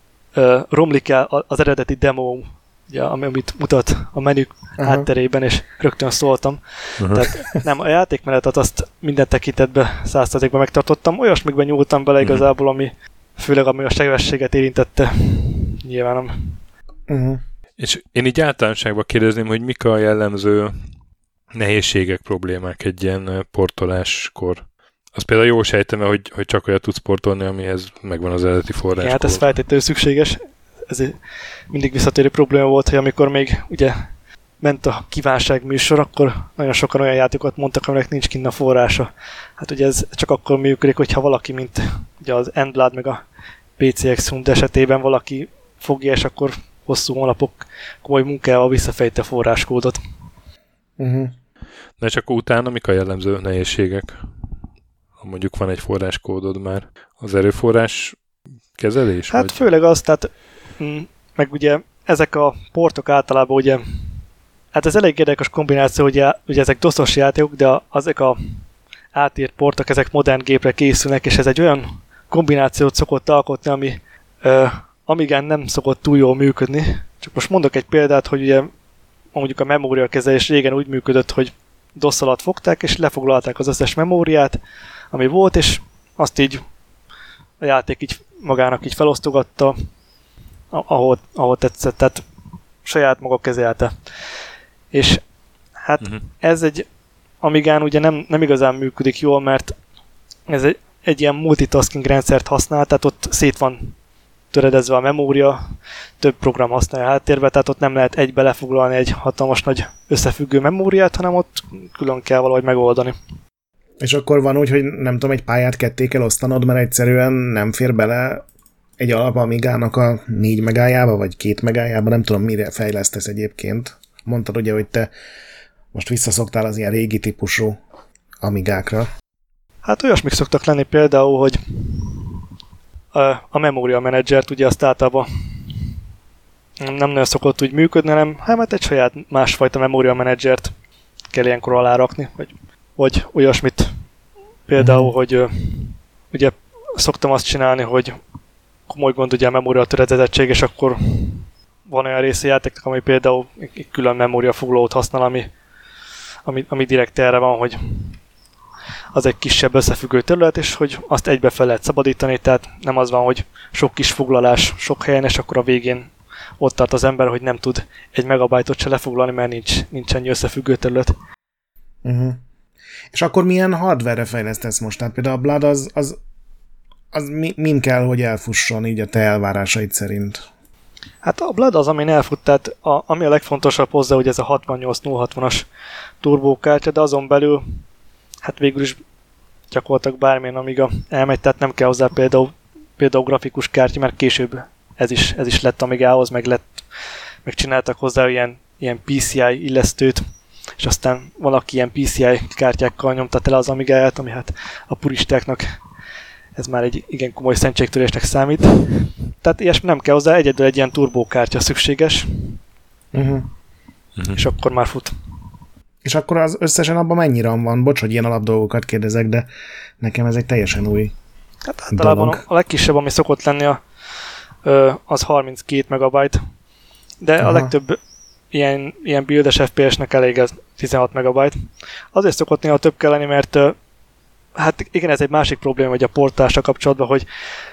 romlik el az eredeti demo, ugye, amit mutat a menü uh-huh. hátterében, és rögtön szóltam. Uh-huh. Tehát nem, a játékmenetet azt minden tekintetben száz százalékban megtartottam, olyasmikben nyúltam bele uh-huh. igazából, ami főleg ami a sebességet érintette. Nyilván nem. Uh-huh. És én így általánosságban kérdezném, hogy mik a jellemző nehézségek, problémák egy ilyen portoláskor. Azt például jól sejtem, hogy, hogy csak olyat tudsz portolni, amihez megvan az eredeti forrás. Hát ez feltétlenül szükséges. Ez mindig visszatérő probléma volt, hogy amikor még ugye ment a kívánság műsor, akkor nagyon sokan olyan játékokat mondtak, aminek nincs kinn a forrása. Hát ugye ez csak akkor működik, hogyha valaki, mint ugye az Endblood meg a pé cé X-Hund esetében valaki fogja, és akkor hosszú hónapok komoly munkával visszafejti a forráskódot. Uh-huh. De csak utána mik a jellemző nehézségek? Ha mondjuk van egy forráskódod már. Az erőforrás kezelés? Hát vagy? Főleg az, tehát meg ugye ezek a portok általában ugye, hát ez elég érdekes kombináció, ugye, ugye ezek doszos játékok, de ezek a átírt portok, ezek modern gépre készülnek, és ez egy olyan kombinációt szokott alkotni, ami ö, Amigán nem szokott túl jól működni. Csak most mondok egy példát, hogy ugye mondjuk a memóriakezelés régen úgy működött, hogy DOS alatt fogták, és lefoglalták az összes memóriát, ami volt, és azt így a játék így magának így felosztogatta, ahol, ahol tetszett, tehát saját maga kezelte. És hát uh-huh. ez egy Amigán ugye nem, nem igazán működik jól, mert ez egy, egy ilyen multitasking rendszert használ, tehát ott szét van töredezve a memória, több program használja a háttérbe, tehát ott nem lehet egybe lefoglalni egy hatalmas nagy összefüggő memóriát, hanem ott külön kell valahogy megoldani. És akkor van úgy, hogy nem tudom, egy pályát ketté kell osztanod, mert egyszerűen nem fér bele egy alap Amigának a négy megájába, vagy két megájába, nem tudom, mire fejlesztesz egyébként. Mondtad ugye, hogy te most visszaszoktál az ilyen régi típusú Amigákra. Hát olyasmik szoktak lenni például, hogy a memória menedzsert ugye azt általában nem nagyon szokott úgy működni, hanem hát egy saját másfajta memória menedzsert kell ilyenkor alárakni, vagy, vagy olyasmit például, mm. hogy ugye szoktam azt csinálni, hogy komoly gond ugye a memória töredezettség, és akkor van olyan része játéknak, ami például egy külön memóriafoglalót használ, ami, ami, ami direkt erre van, hogy az egy kisebb összefüggő terület, és hogy azt egybe fel lehet szabadítani, tehát nem az van, hogy sok kis foglalás sok helyen, és akkor a végén ott tart az ember, hogy nem tud egy megabájtot se lefoglalni, mert nincs, nincs ennyi összefüggő terület. Uh-huh. És akkor milyen hardware-re fejlesztesz most? Tehát például a Blood az, az, az mi, min kell, hogy elfusson így a te elvárásaid szerint? Hát a Blood az, amin elfut, tehát a, ami a legfontosabb hozzá, hogy ez a hatvannyolc nulla hatvanas turbókártya, de azon belül hát végül is gyakorlatilag bármilyen Amiga elmegy, tehát nem kell hozzá például, például grafikus kártya, mert később ez is, ez is lett Amigához, meg, lett, meg csináltak hozzá ilyen, ilyen pé cé i illesztőt, és aztán valaki ilyen pé cé i kártyákkal nyomta tele az Amigáját, ami hát a puristáknak ez már egy igen komoly szentségtörésnek számít. Tehát ilyesmi nem kell hozzá, egyedül egy ilyen turbókártya szükséges, uh-huh. Uh-huh. és akkor már fut. És akkor az összesen abban mennyi RAM van? Bocs, hogy ilyen alapdolgokat kérdezek, de nekem ez egy teljesen új hát általában dolog. A legkisebb, ami szokott lenni, a, az harminckét megabyte, de aha. a legtöbb ilyen, ilyen buildes ef pé es-nek elég az tizenhat megabyte. Azért szokott néha több kell lenni, mert hát igen, ez egy másik probléma, hogy a portálásra kapcsolatban, hogy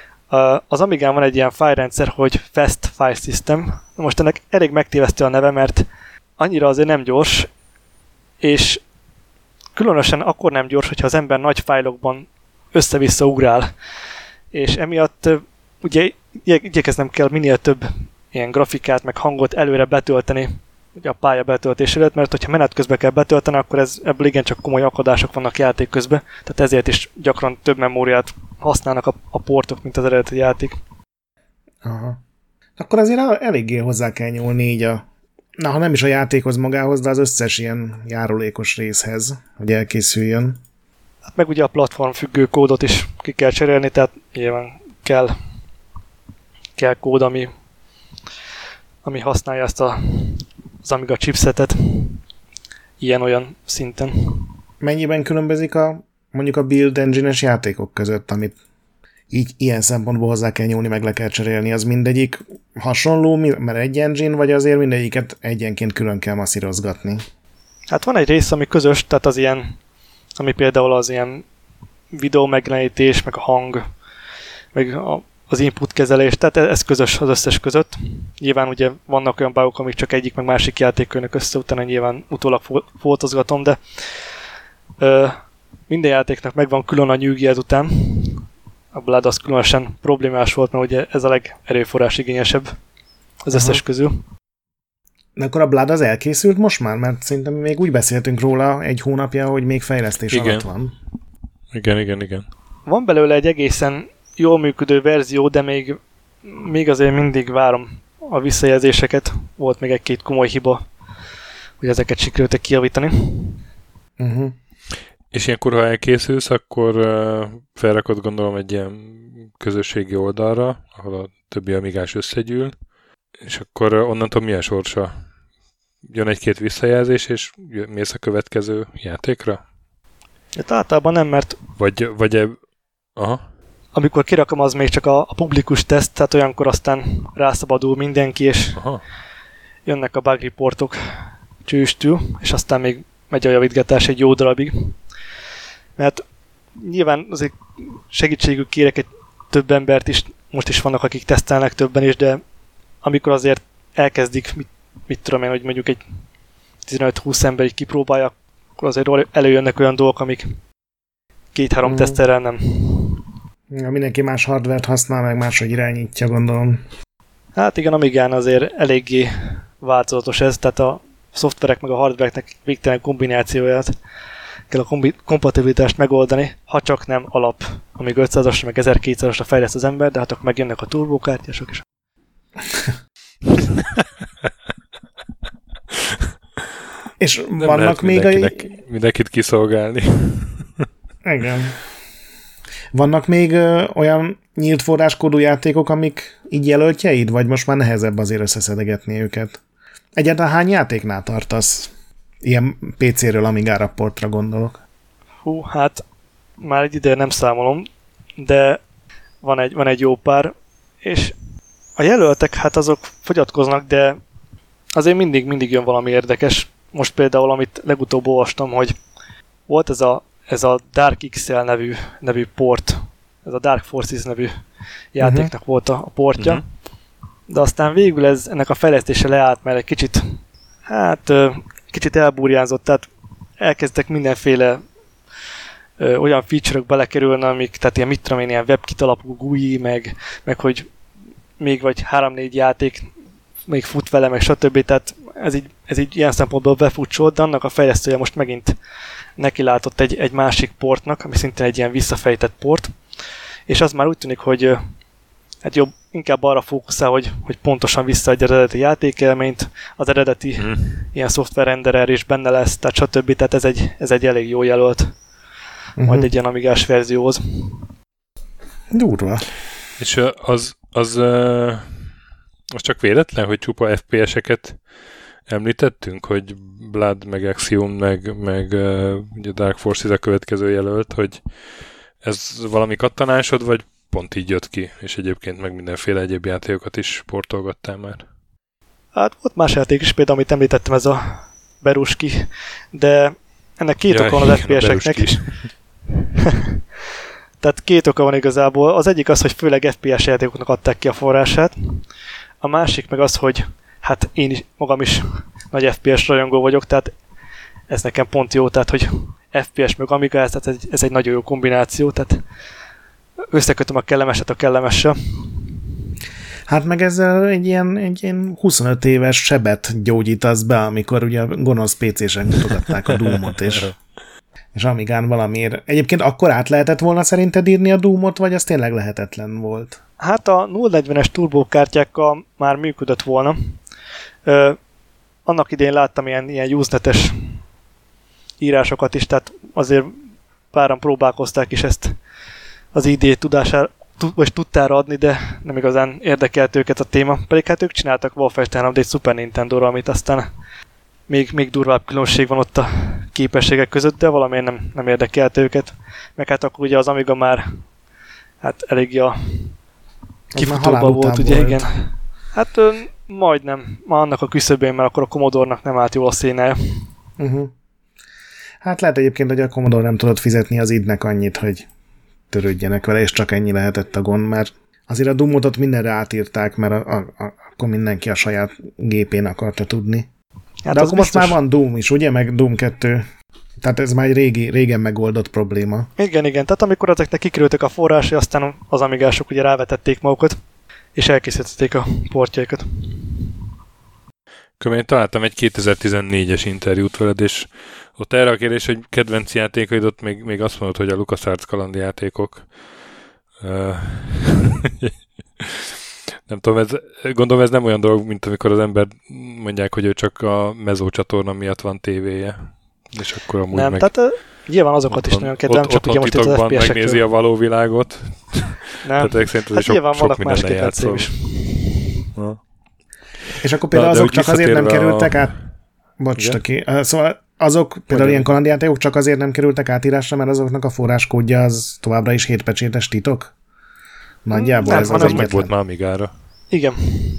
az Amigán van egy ilyen fájlrendszer, hogy Fast File System. Most ennek elég megtévesztő a neve, mert annyira azért nem gyors, és különösen akkor nem gyors, hogyha az ember nagy fájlokban össze-vissza ugrál. És emiatt ugye igyekeznem kell minél több ilyen grafikát, meg hangot előre betölteni ugye a pálya betöltés előtt, mert hogyha menet közben kell betölteni, akkor ez, ebből igencsak komoly akadások vannak játék közben, tehát ezért is gyakran több memóriát használnak a, a portok, mint az eredeti játék. Aha. Akkor azért eléggé hozzá kell nyúlni így a na, ha nem is a játékhoz magához, de az összes ilyen járulékos részhez, hogy elkészüljön. Hát meg ugye a platform függő kódot is ki kell cserélni, tehát nyilván kell, kell kód, ami, ami használja ezt a, az Amiga chipsetet ilyen-olyan szinten. Mennyiben különbözik a mondjuk a build engine-es játékok között, amit így ilyen szempontból hozzá kell nyúlni, meg le kell cserélni. Az mindegyik hasonló, mert egy engine, vagy azért mindegyiket egyenként külön kell masszírozgatni? Hát van egy rész, ami közös, tehát az ilyen, ami például az ilyen videó megjelenítés, meg a hang, meg a, az input kezelés, tehát ez közös az összes között. Nyilván ugye vannak olyan bugok, amik csak egyik, meg másik játék jönnek össze, utána nyilván utólag foltozgatom, de ö, minden játéknak megvan külön a nyűgi ezután. A Blood az különösen problémás volt, mert ugye ez a legerőforrás igényesebb az összes Aha. közül. De akkor a Blood az elkészült most már? Mert szerintem még úgy beszéltünk róla egy hónapja, hogy még fejlesztés igen. alatt van. Igen, igen, igen. Van belőle egy egészen jól működő verzió, de még, még azért mindig várom a visszajelzéseket. Volt még egy-két komoly hiba, hogy ezeket sikerültek kijavítani. Uh-huh. És ilyenkor, ha elkészülsz, akkor uh, felrakod gondolom egy ilyen közösségi oldalra, ahol a többi amigás összegyűl, és akkor uh, onnantól milyen sorsa? Jön egy-két visszajelzés, és mész a következő játékra? Hát általában nem, mert Vagy, vagy eb... Aha. amikor kirakom, az még csak a, a publikus teszt, tehát olyankor aztán rászabadul mindenki, és Aha. jönnek a bug reportok csőstül, és aztán még megy a javítgatás egy jó darabig. Mert nyilván azért segítségük kérek egy több embert is, most is vannak, akik tesztelnek többen is, de amikor azért elkezdik, mit, mit tudom én, hogy mondjuk egy tizenöt-húsz ember így kipróbálja, akkor azért előjönnek olyan dolgok, amik két-három mm. teszterrel nem. Ja, mindenki más hardvert használ, meg máshogy irányítja, gondolom. Hát igen, Amigán azért eléggé változatos ez, tehát a szoftverek meg a hardvereknek végtelen kombinációját kell a kombi- kompatibilitást megoldani, ha csak nem alap, amíg ötszázasra meg ezerkétszázasra fejleszt az ember, de hát akkor megjönnek a turbókártyások is. És nem vannak még a... mindenkit kiszolgálni. Igen. Vannak még ö, olyan nyílt forráskódú játékok, amik így jelöltjeid, vagy most már nehezebb azért összeszedegetni őket? Egyáltalán hány játéknál tartasz? Ilyen pé céről Amigára portra gondolok. Hú, hát már egy ideje nem számolom, de van egy, van egy jó pár, és a jelöltek hát azok fogyatkoznak, de azért mindig, mindig jön valami érdekes. Most például, amit legutóbb olvastam, hogy volt ez a, ez a Dark iksz el nevű, nevű port, ez a Dark Forces nevű játéknak uh-huh. volt a, a portja, uh-huh. de aztán végül ez, ennek a fejlesztése leállt, mert egy kicsit, hát kicsit elburjánzott, tehát elkezdtek mindenféle ö, olyan feature-ök belekerülni, amik, tehát ilyen mit tudom én, ilyen WebKit alapú gú i, meg, meg hogy még vagy három-négy játék még fut vele, meg stb. Tehát ez így, ez így ilyen szempontból befutcsolt, de annak a fejlesztője most megint nekilátott egy, egy másik portnak, ami szintén egy ilyen visszafejtett port, és az már úgy tűnik, hogy hát jobb, inkább arra fókuszál, hogy, hogy pontosan visszaadja az eredeti játékelményt, az eredeti hmm. ilyen szoftverrenderer is benne lesz, tehát stb. Tehát ez egy, ez egy elég jó jelölt, uh-huh. majd egy ilyen amigás verzióhoz. Durva. És az, az, az csak véletlen, hogy csupa ef pé eseket említettünk, hogy Blood, meg Axiom, meg, meg ugye Dark Forces a következő jelölt, hogy ez valami kattanásod, vagy pont így jött ki, és egyébként meg mindenféle egyéb játékokat is portolgattál már? Hát volt más játék is, például amit említettem, ez a Beruski, de ennek két ja, oka van az ef pé eseknek. Tehát két oka van igazából. Az egyik az, hogy főleg ef pé es játékoknak adták ki a forrását. A másik meg az, hogy hát én is, magam is nagy ef pé es rajongó vagyok, tehát ez nekem pont jó, tehát hogy ef pé es meg Amiga, tehát ez, ez egy nagyon jó kombináció, tehát összekötöm a kellemeset a kellemessel. Hát meg ezzel egy ilyen, egy ilyen huszonöt éves sebet gyógyítasz be, amikor ugye a gonosz pé césen mutogatták a Doomot, és, és Amigán valamiért. Egyébként akkor át lehetett volna szerinted írni a Doomot, vagy az tényleg lehetetlen volt? Hát a nulla negyvenes turbókártyákkal már működött volna. Ö, annak idején láttam ilyen, ilyen usenetes írásokat is, tehát azért páran próbálkozták is ezt az idét tudására, vagy tudtára adni, de nem igazán érdekelt őket a téma. Pedig hát ők csináltak Wolfenstein három dé Super Nintendo-ra, amit aztán még, még durvább különbség van ott a képességek között, de valamiért nem, nem érdekelt őket. Meg hát akkor ugye az Amiga már hát elég a Ez már kifutóban halál volt, után ugye volt. igen. Hát ö, majdnem, ma annak a küszöbén, mert akkor a Commodore-nak nem állt jól a szénája. Uh-huh. Hát lehet egyébként, hogy a Commodore nem tudott fizetni az idnek annyit, hogy törődjenek vele, és csak ennyi lehetett a gond, mert azért a Doomot ott mindenre átírták, mert a, a, a, akkor mindenki a saját gépén akarta tudni. Hát de az akkor most biztos. már van Doom is, ugye? Meg Doom kettő. Tehát ez már egy régi, régen megoldott probléma. Igen, igen, tehát amikor ezeknek kikerültek a forrásai, aztán az amigások ugye rávetették magukat, és elkészítették a portjaikat. Akkor én találtam egy kétezer-tizennégyes interjút veled, és ott erre a kérdés, hogy kedvenc játékaid, ott még, még azt mondod, hogy a LucasArts kalandjátékok. Uh, nem tudom, ez, gondolom ez nem olyan dolog, mint amikor az ember mondják, hogy ő csak a Mezó csatorna miatt van tévéje. És akkor amúgy Nem, meg... tehát uh, nyilván azokat is otthon, nagyon kedvelem, ott, csak ugye most itt az titokban ef pé es-ekről. megnézi a való világot. Nem, Tehát szerintem hát sok, nyilván sok vannak minden más ne kedvenceim játszol. is. Na. És akkor például Na, azok de csak azért nem visszatérve kerültek a- át... Bocs, Igen? ki. Szóval azok például Hogyan? ilyen kalandjátékok csak azért nem kerültek átírásra, mert azoknak a forráskódja az továbbra is hétpecsétes titok? Nagyjából Nem, ez az hanem Az meg volt egyetlen. már Amigára. Igen,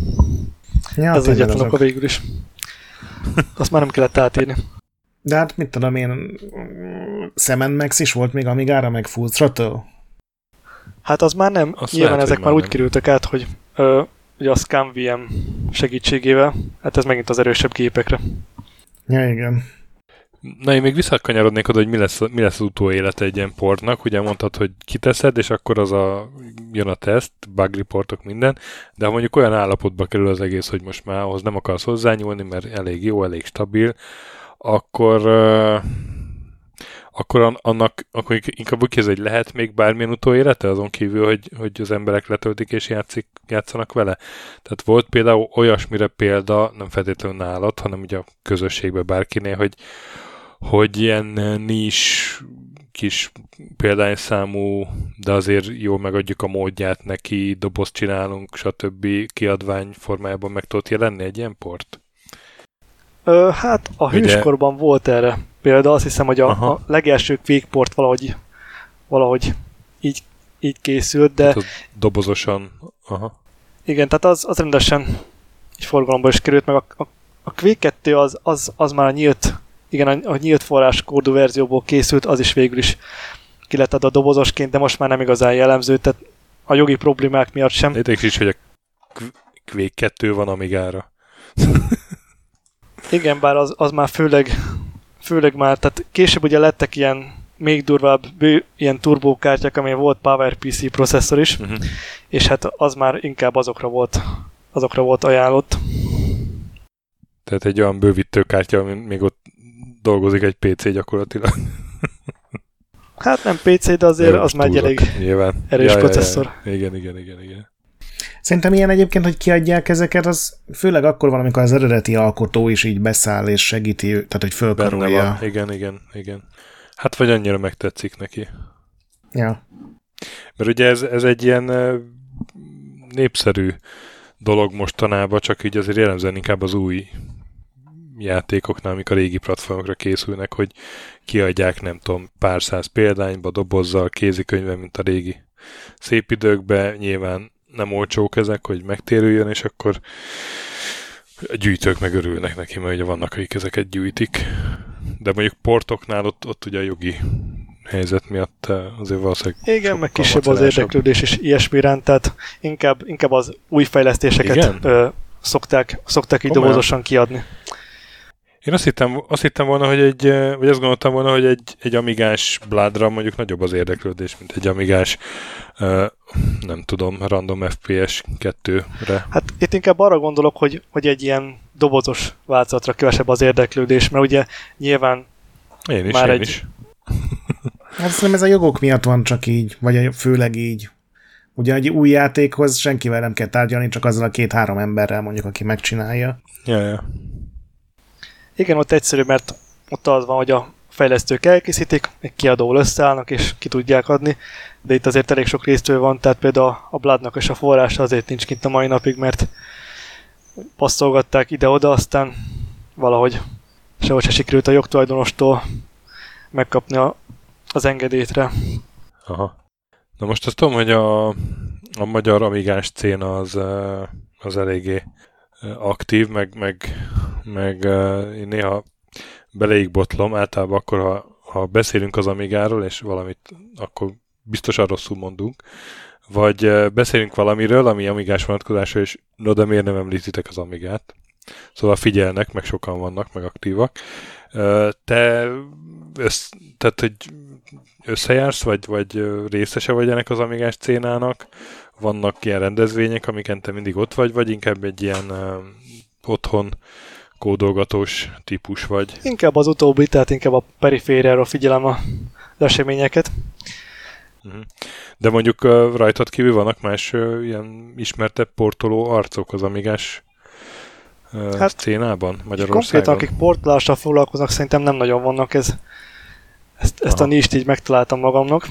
Ja, ez tényleg egyetlen azok. oka végül is. Azt már nem kellett átírni. De hát mit tudom én, Sam and Max is volt még Amigára, meg Full Throttle? Hát az már nem, Azt nyilván lehet, ezek hogy már már úgy nem. kerültek át, hogy ö, ugye a ScanVM segítségével, hát ez megint az erősebb gépekre. Ja, igen. Na, én még visszakanyarodnék oda, hogy mi lesz, mi lesz az utóélete egy ilyen portnak. Ugye mondtad, hogy kiteszed, és akkor az a, jön a teszt, bug reportok, minden, de ha mondjuk olyan állapotba kerül az egész, hogy most már ahhoz nem akarsz hozzányúlni, mert elég jó, elég stabil, akkor uh, akkor an- annak akkor inkább úgy képzel, hogy lehet még bármilyen utóélete azon kívül, hogy, hogy az emberek letöltik és játszik, játszanak vele. Tehát volt például olyasmire példa, nem feltétlenül nálad, hanem ugye a közösségben bárkinél, hogy, hogy ilyen nis kis példányszámú, de azért jól megadjuk a módját neki, dobozt csinálunk, stb. Kiadvány formájában meg tudott jelenni egy ilyen port? Ö, hát a Ugye- hőskorban volt erre példa, azt hiszem, hogy a, Aha. a legelső Quake-port valahogy, valahogy így, így készült, de Tehát az dobozosan, aha. igen, tehát az, az rendesen egy forgalomba is került, meg a, a, a Quake kettő az, az, az már a nyílt, igen, a, a nyílt forráskódú verzióból készült, az is végül is ki lett adva dobozosként, de most már nem igazán jellemző, tehát a jogi problémák miatt sem. Létezik is, hogy a Quake kettő van Amigára. Igen, bár az, az már főleg, főleg már, tehát később ugye lettek ilyen még durvább bő, ilyen turbókártyák, amelyen volt PowerPC processzor is, Uh-huh. és hát az már inkább azokra volt, azokra volt ajánlott. Tehát egy olyan bővítőkártya, amin még ott dolgozik egy pé cé gyakorlatilag. Hát nem pé cé, de azért az már egy elég Nyilván. erős processzor. Ja, ja. Igen, igen, igen, igen. Szerintem ilyen egyébként, hogy kiadják ezeket, az főleg akkor van, amikor az eredeti alkotó is így beszáll és segíti, ő- tehát hogy Benne fölkarolja. van. Igen, igen, igen. Hát vagy annyira megtetszik neki. Ja. Mert ugye ez, ez egy ilyen ö, népszerű dolog mostanában, csak így azért jellemzően inkább az új játékoknál, amik a régi platformokra készülnek, hogy kiadják, nem tudom, pár száz példányba, dobozzal, kézikönyvben, mint a régi szép időkben. Nyilván nem olcsók ezek, hogy megtérüljön, és akkor a gyűjtők meg örülnek neki, mert ugye vannak, akik ezeket gyűjtik. De mondjuk portoknál ott, ott ugye a jogi helyzet miatt eh, azért valószínűleg Igen, sokkal meg kisebb az macerásabb. érdeklődés is ilyesmi iránt, tehát inkább, inkább az új fejlesztéseket Igen? ö, szokták, szokták így Komolyan? dobozosan kiadni. Én azt hittem, azt hittem volna, hogy egy, eh, vagy azt gondoltam volna, hogy egy, egy amigás Bloodra mondjuk nagyobb az érdeklődés, mint egy amigás uh, nem tudom, random ef pé es kettőre. Hát itt inkább arra gondolok, hogy, hogy egy ilyen dobozos változatra kevesebb az érdeklődés, mert ugye nyilván Én is, Már én egy- is. Hát szerintem ez a jogok miatt van csak így, vagy főleg így. Ugye egy új játékhoz senkivel nem kell tárgyalni, csak azzal a két-három emberrel mondjuk, aki megcsinálja. Ja, ja. igen, ott egyszerű, mert ott az van, hogy a fejlesztők elkészítik, egy kiadóval összeállnak és ki tudják adni, de itt azért elég sok résztvevő van, tehát például a Bloodnak és a forrása azért nincs kint a mai napig, mert passzolgatták ide-oda, aztán valahogy sehogy se sikerült a jogtulajdonostól megkapni a, az engedélyt rá. Aha. Na most azt tudom, hogy a, a magyar Amigás széna az, az eléggé aktív, meg, meg, meg én néha beleig botlom, általában akkor, ha, ha beszélünk az Amigáról, és valamit, akkor biztosan rosszul mondunk, vagy beszélünk valamiről, ami Amigás vonatkozása, és no, de miért nem említitek az Amigát? Szóval figyelnek, meg sokan vannak, meg aktívak. Te össz, tehát, hogy összejársz, vagy, vagy részese vagy ennek az Amigás szénának? Vannak ilyen rendezvények, amiken te mindig ott vagy, vagy inkább egy ilyen uh, otthon kódolgatós típus vagy? Inkább az utóbbi, tehát inkább a perifériáról figyelem az eseményeket. Uh-huh. De mondjuk uh, rajtad kívül vannak más uh, ilyen ismertebb portoló arcok az Amigás uh, hát, szénában Magyarországon? Konkrétan, akik portolással foglalkoznak, szerintem nem nagyon vannak. Ez, ezt, ezt a nist így megtaláltam magamnak.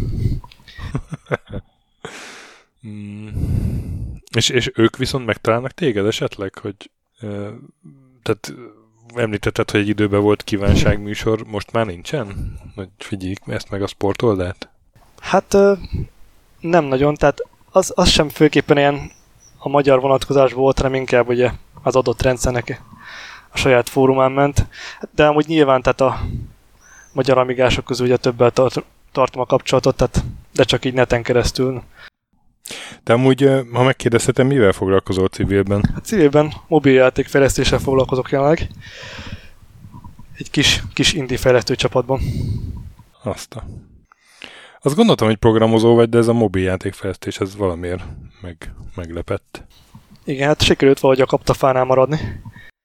mm. és, és ők viszont megtalálnak téged esetleg, hogy uh, tehát említetted, hogy egy időben volt kívánságműsor, most már nincsen? Hogy figyeljük ezt meg a sportoldát? Hát nem nagyon, tehát az, az sem főképpen ilyen a magyar vonatkozás volt, hanem inkább ugye az adott rendszernek a saját fórumán ment. De amúgy nyilván tehát a magyar amigások közül ugye többel tart, tartom a kapcsolatot, tehát, de csak így neten keresztül. De amúgy, ha megkérdezhetem, mivel foglalkozol civilben? Hát civilben mobiljáték fejlesztéssel foglalkozok jelenleg. Egy kis, kis indie fejlesztő csapatban. Azt a... Azt gondoltam, hogy programozó vagy, de ez a mobiljátékfejlesztés, ez valamiért meg, meglepett. Igen, hát sikerült valahogy a kaptafánál maradni.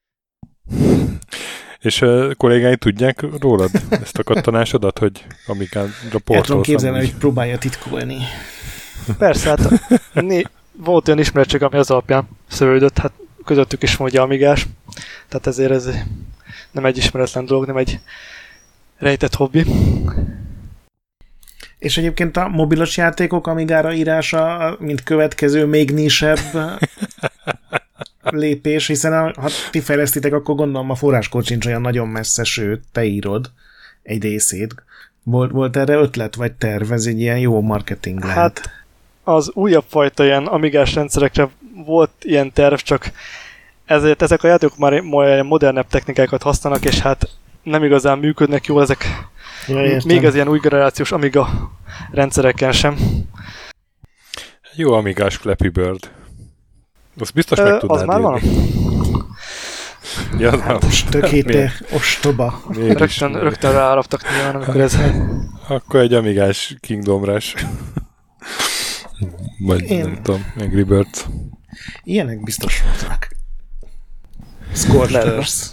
És a kollégái tudják rólad ezt a kattanásodat, hogy amikán raportolsz? El tudom képzelni, hogy próbálja titkolni. Persze, hát né- volt olyan ismeretség, ami az alapján szövődött, hát közöttük is van ugye Amigás, tehát ezért ez nem egy ismeretlen dolog, nem egy rejtett hobbi. És egyébként a mobilos játékok Amigára írása, mint következő, még nisebb lépés, hiszen a, ha ti fejlesztitek, akkor gondolom a forráskód sincs olyan nagyon messze, sőt, te írod egy részét. Volt, volt erre ötlet, vagy terv? Ez egy ilyen jó marketing lehet. Hát az újabb fajta ilyen Amigás rendszerekre volt ilyen terv, csak ezért ezek a játékok már modernebb technikákat használnak, és hát nem igazán működnek jól ezek. Ja, még az ilyen új generációs Amiga rendszereken sem. Jó Amigás Flappy Bird. Azt biztos Ö, meg tudnád az már van? Ja, hát most tökéte ostoba. Rögtön, rögtön ráharaptak nyilván, amikor ez... Akkor egy Amigás Kingdom Rush. Vagy Én... nem tudom, Angry Birds. Ilyenek biztos voltak. Scorchers.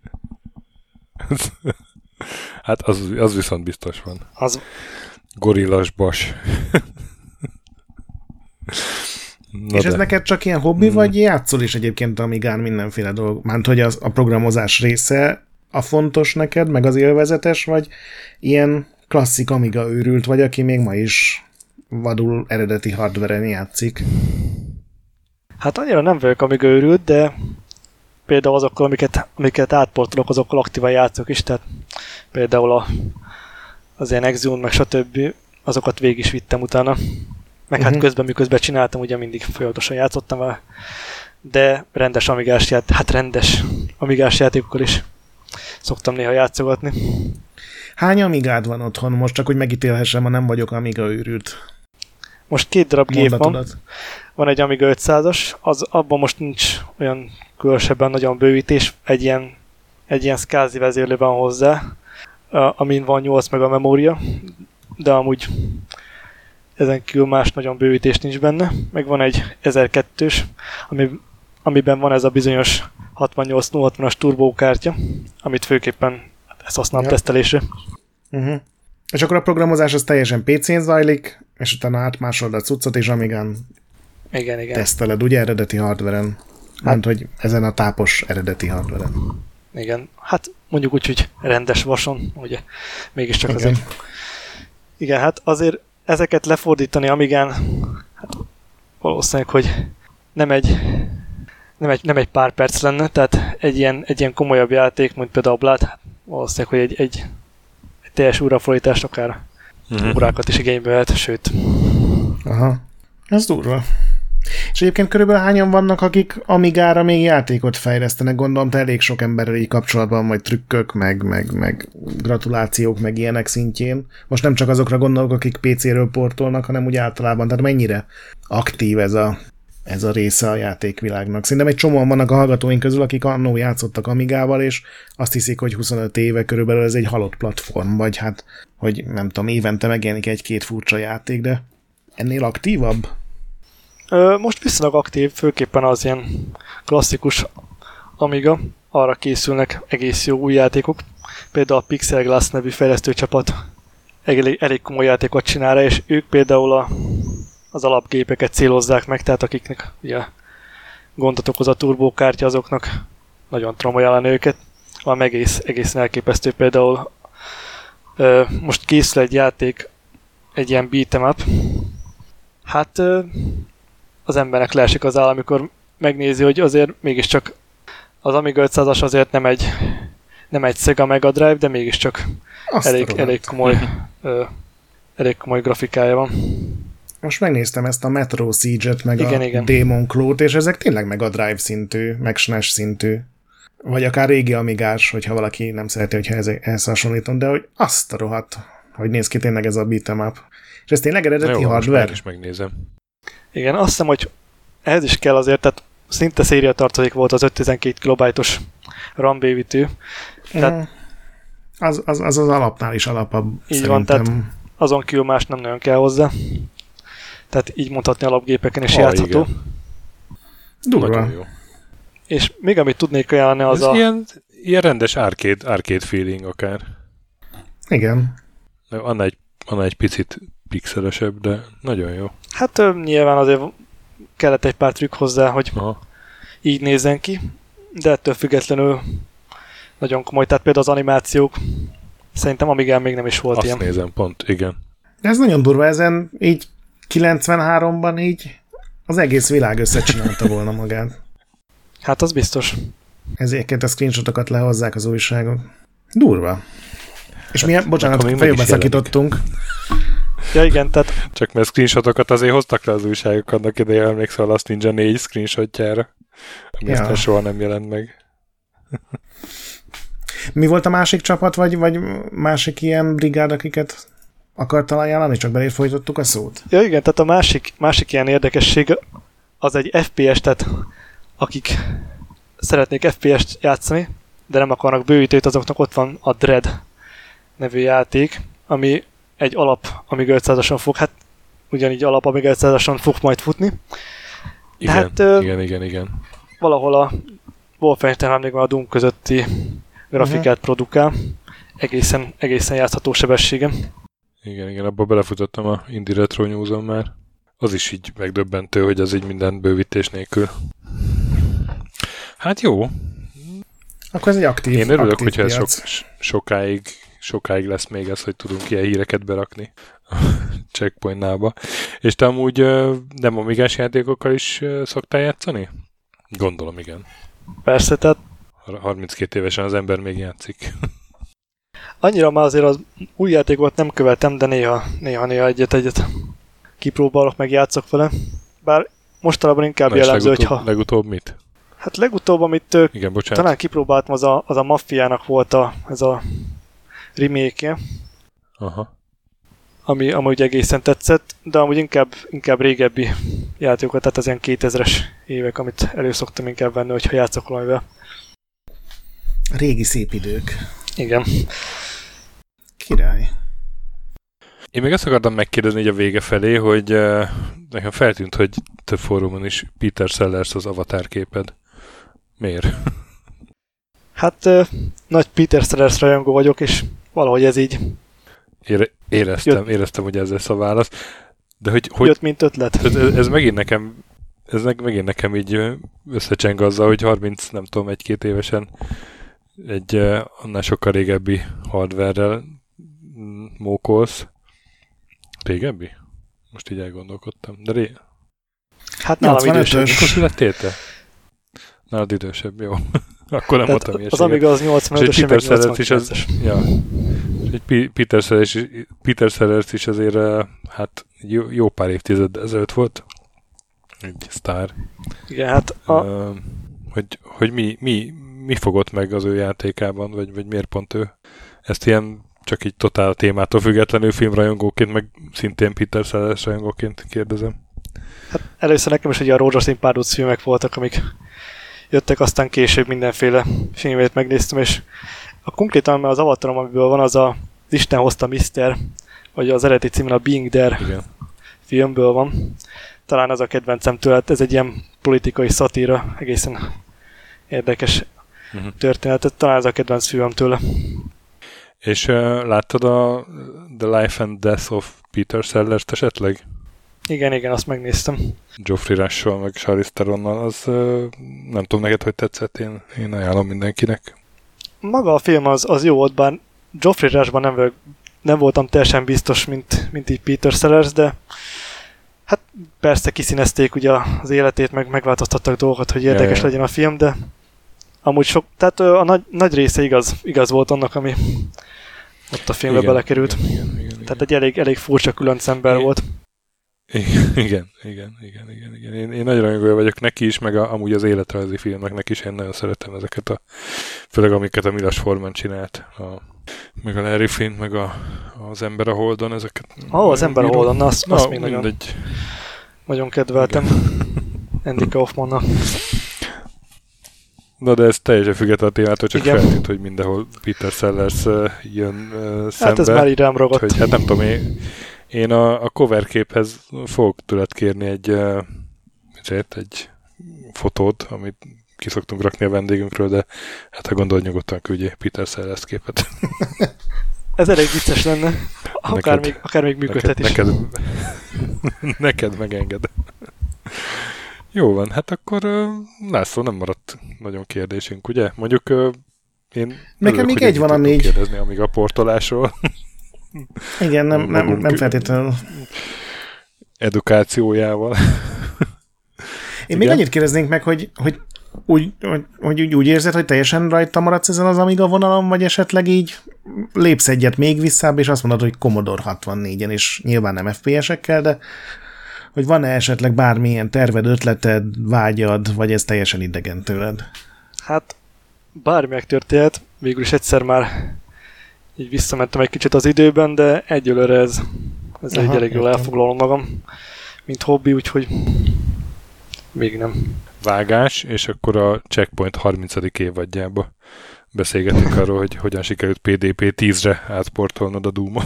Hát az, az viszont biztos van. Az... Gorillas Bas. És de. Ez neked csak ilyen hobbi, mm. vagy játszol is egyébként Amigán mindenféle dolog? Mármint, hogy az, a programozás része a fontos neked, meg az élvezetes, vagy ilyen klasszik Amiga őrült vagy, aki még ma is vadul eredeti hardveren játszik? Hát annyira nem vagyok Amiga őrült, de például azokkal, amiket, amiket átportolok, azokkal aktívan játszok is, tehát például a, az ilyen Exune, meg stb. Azokat végig is vittem utána. Meg hát uh-huh. közben, miközben csináltam, ugye mindig folyamatosan játszottam vele, de rendes amigás játék, hát rendes amigás játékokkal is szoktam néha játszogatni. Hány Amigád van otthon most, csak hogy megítélhessem, ha nem vagyok Amiga őrült? Most két darab gép van. Mondatodat. Van egy Amiga ötszázas, az, abban most nincs olyan különösebben nagyon bővítés, egy ilyen, egy ilyen SCSI vezérlő van hozzá, amin van nyolc meg a memória, de amúgy ezen kívül más nagyon bővítés nincs benne. Meg van egy ezerkettős, ami, amiben van ez a bizonyos hatvannyolc nulla hatvanas turbókártya, amit főképpen ezt használom ja. tesztelésre. Uh-huh. És akkor a programozás az teljesen pé cén zajlik, és utána átmásolod a cuccot, és Amigán igen, igen. teszteled, ugye eredeti hardveren? Hát, hogy ezen a tápos eredeti hardveren. Igen, hát mondjuk úgy, hogy rendes vason, ugye, mégiscsak igen. azért. Igen, hát azért ezeket lefordítani Amigán, hát valószínűleg, hogy nem egy, nem egy, nem egy pár perc lenne, tehát egy ilyen, egy ilyen komolyabb játék, mint például a Blood, hát valószínűleg, hogy egy, egy, egy teljes újrafordítást akár uh-huh. órákat is igénybe lehet, sőt, Aha. Ez durva. És egyébként körülbelül hányan vannak, akik Amigára még játékot fejlesztenek? Gondolom, te elég sok emberrel így kapcsolatban, vagy trükkök, meg, meg, meg gratulációk, meg ilyenek szintjén. Most nem csak azokra gondolok, akik pé céről portolnak, hanem úgy általában. Tehát mennyire aktív ez a, ez a része a játékvilágnak? Szerintem egy csomóan vannak a hallgatóink közül, akik annó játszottak Amigával, és azt hiszik, hogy huszonöt éve körülbelül ez egy halott platform, vagy hát, hogy nem tudom, évente megjelenik egy-két furcsa játék, de ennél aktívabb? Most viszonylag aktív, főképpen az ilyen klasszikus Amiga, arra készülnek egész jó új játékok. Például a Pixel Glass nevű fejlesztőcsapat elég, elég komoly játékot csinál, és ők például a, az alapgépeket célozzák meg, tehát akiknek ugye gondot okoz a turbókártya, azoknak nagyon tudom ajánlani őket. Van egész, egészen elképesztő, például ö, most készül egy játék, egy ilyen beat'em up. Hát ö, az embernek leesik az áll, amikor megnézi, hogy azért mégiscsak az Amiga ötszázas azért nem egy, nem egy Sega Mega Drive, de mégiscsak elég, elég, komoly, ö, elég komoly grafikája van. Most megnéztem ezt a Metro Siege-et, meg igen, a igen. Demon Claw-t, és ezek tényleg Mega Drive szintű, meg es en e es szintű. Vagy akár régi Amigás, hogyha valaki nem szereti, hogyha ehhez hasonlítom, de hogy azt a rohadt, hogy néz ki tényleg ez a beat'em up. És ez tényleg eredeti jó, hardware? is megnézem. Igen, azt hiszem, hogy ehhez is kell azért, tehát szinte széria tartozék volt az ötszáztizenkét kilobájtos RAM bővítő. Tehát az, az, az az alapnál is alapabb. Így szerintem. van, tehát azon kívül más nem nagyon kell hozzá. Tehát így mondhatni alapgépeken is ha, játszható. Igen. Durva. Jó. És még amit tudnék ajánlani az Ez a... Ilyen, ilyen rendes arcade, arcade feeling akár. Igen. Annál egy, annál egy picit pixelesebb, de nagyon jó. Hát ö, nyilván azért kellett egy pár trükk hozzá, hogy Aha. így nézzen ki, de ettől függetlenül nagyon komoly. Tehát például az animációk szerintem Amigán még nem is volt Azt ilyen. nézem, pont, igen. De ez nagyon durva, ezen így kilencvenháromban így az egész világ összecsinálta volna magát. Hát az biztos. Ezért a screenshotokat lehozzák az újságok. Durva. És mi, bocsánat, fejőbe szakítottunk. Ja igen, tehát... Csak mert screenshotokat azért hoztak le az újságok annak ideje, emlékszel a Last Ninja négy screenshotjára, ami ja. aztán soha nem jelent meg. Mi volt a másik csapat, vagy, vagy másik ilyen brigád, akiket akartál ajánlani? Csak belé folytottuk a szót? Ja igen, tehát a másik, másik ilyen érdekesség az egy ef pé es, tehát akik szeretnék ef pé est játszani, de nem akarnak bővítőt, azoknak ott van a Dread nevű játék, ami egy alap Amiga ötszázason fog, hát ugyanígy alap Amiga ötszázason fog majd futni. Igen, hát, igen, igen, igen. Valahol a Wolfenstein három a Doom közötti grafikát uh-huh. produkál, egészen, egészen játszható sebességem. Igen, igen, abba belefutottam a Indie Retro News-on már. Az is így megdöbbentő, hogy az így minden bővítés nélkül. Hát jó. Akkor ez egy aktív Én örülök, aktív hogyha ez sok, piac. sokáig, sokáig lesz még ez, hogy tudunk ilyen híreket berakni a checkpointnába. És te amúgy nem amigás játékokkal is szoktál játszani? Gondolom, igen. Persze, tehát harminckét évesen az ember még játszik. Annyira már azért az új játékot nem követem, de néha, néha, néha egyet-egyet kipróbálok, meg játszok vele. Bár mostanában inkább Na jellemző, legutóbb, hogyha... Legutóbb mit? Hát legutóbb, amit ők Igen, bocsánat. talán kipróbáltam, az a, az a Maffiának volt a, ez a remake-je, Aha. ami amúgy egészen tetszett, de amúgy inkább, inkább régebbi játékokat, tehát az ilyen kétezres évek, amit elő szoktam inkább venni, hogyha játszok valamivel. Régi szép idők. Igen. Király. Én még azt akartam megkérdezni így a vége felé, hogy uh, nekem feltűnt, hogy több fórumon is Peter Sellers az avatar képed. Miért? Hát uh, nagy Peter Sellers rajongó vagyok, és valahogy ez így Ére, éreztem, jött, éreztem, hogy ez lesz a válasz. De hogy, hogy jött, mint ötlet. Ez, ez megint nekem ez megint nekem így összecseng azzal, hogy harminc, nem tudom, egy-két évesen egy uh, annál sokkal régebbi hardware-rel mókolsz. Régebbi? Most így elgondolkodtam. De ré... Hát nálam idősebb. Mikor születtél te? Nálad idősebb, jó. Akkor nem mondtam ilyességet. Az Amiga az nyolcvanötös, meg nyolcvankilences. Ja. Peter Sellers, Peter Sellers is azért, hát jó, jó pár évtized ezelőtt volt. Egy sztár. Igen, hát a... uh, hogy, hogy mi, mi, mi fogott meg az ő játékában, vagy, vagy miért pont ő. Ezt ilyen csak így totál témától függetlenül filmrajongóként, meg szintén Peter Sellers rajongóként kérdezem. Hát először nekem is ugye a rózsaszín párduc filmek voltak, amik jöttek, aztán később mindenféle filmét megnéztem, és a konkrétan az Avatarom, amiből van, az a Isten hozta miszter, vagy az eredeti címen a Being There Igen. filmből van. Talán az a kedvencem tőle, ez egy ilyen politikai szatíra, egészen érdekes uh-huh. történet, talán ez a kedvenc filmem tőle. És uh, láttad a The Life and Death of Peter Sellers-t esetleg? Igen, igen, azt megnéztem. Geoffrey Rush-sal, meg Charlize Theronnal, az uh, nem tudom neked, hogy tetszett, én, én ajánlom mindenkinek. Maga a film az, az jó volt, bár Geoffrey Rushban nem, nem voltam teljesen biztos, mint, mint így Peter Sellers, de hát persze kiszínezték ugye az életét, meg megváltoztattak dolgokat, hogy érdekes yeah. legyen a film, de amúgy sok, tehát a nagy, nagy része igaz, igaz volt annak, ami ott a filmbe igen, belekerült. Igen, igen, igen, tehát egy elég, elég furcsa különc ember igen. volt. Igen, igen, igen, igen, igen, igen. Én, én nagyon rajongója vagyok neki is, meg a, amúgy az életrajzi filmeknek is, én nagyon szeretem ezeket a, főleg amiket a Milos Forman csinált, a, meg a Larry Flint, meg a, az Ember a Holdon, ezeket... Ó, oh, az Ember a Holdon, azt, na, azt még nagyon, nagyon kedveltem. Andy Kaufmannak. Na, de ez teljesen független a témától, csak igen. feltűnt, hogy mindenhol Peter Sellers uh, jön uh, szembe. Hát ez már így rám ragadt. Hogy, hát nem tudom, én, én a, a cover képhez fogok tőled kérni egy, uh, egy fotót, amit ki szoktunk rakni a vendégünkről, de hát ha gondolj nyugodtan küldjél Peter Sellers képet. Ez elég vicces lenne. Akár, neked, még, akár még működhet neked, is. Neked, neked megenged. Jó van, hát akkor uh, László, nem maradt nagyon kérdésünk, ugye? Mondjuk uh, én nekem még egy van, ami így... kérdezni, amíg a portolásról. Igen, nem, nem, nem feltétlenül. Edukációjával. Én még annyit kérdeznénk meg, hogy, hogy, úgy, hogy, hogy úgy, úgy érzed, hogy teljesen rajta maradsz ezen az Amiga vonalon, vagy esetleg így lépsz egyet még visszább, és azt mondod, hogy Commodore hatvannégyen, és nyilván nem ef pé esekkel, de hogy van-e esetleg bármilyen terved, ötleted, vágyad, vagy ez teljesen idegen tőled? Hát bármi megtörténhet, végül is egyszer már így visszamentem egy kicsit az időben, de egyelőre ez, ez Aha, egy elég jól elfoglalom magam, mint hobbi, úgyhogy még nem. Vágás, és akkor a Checkpoint harmincadik évadjába beszélgetünk arról, hogy hogyan sikerült pé dé pé tízre átportolnod a Doom-on.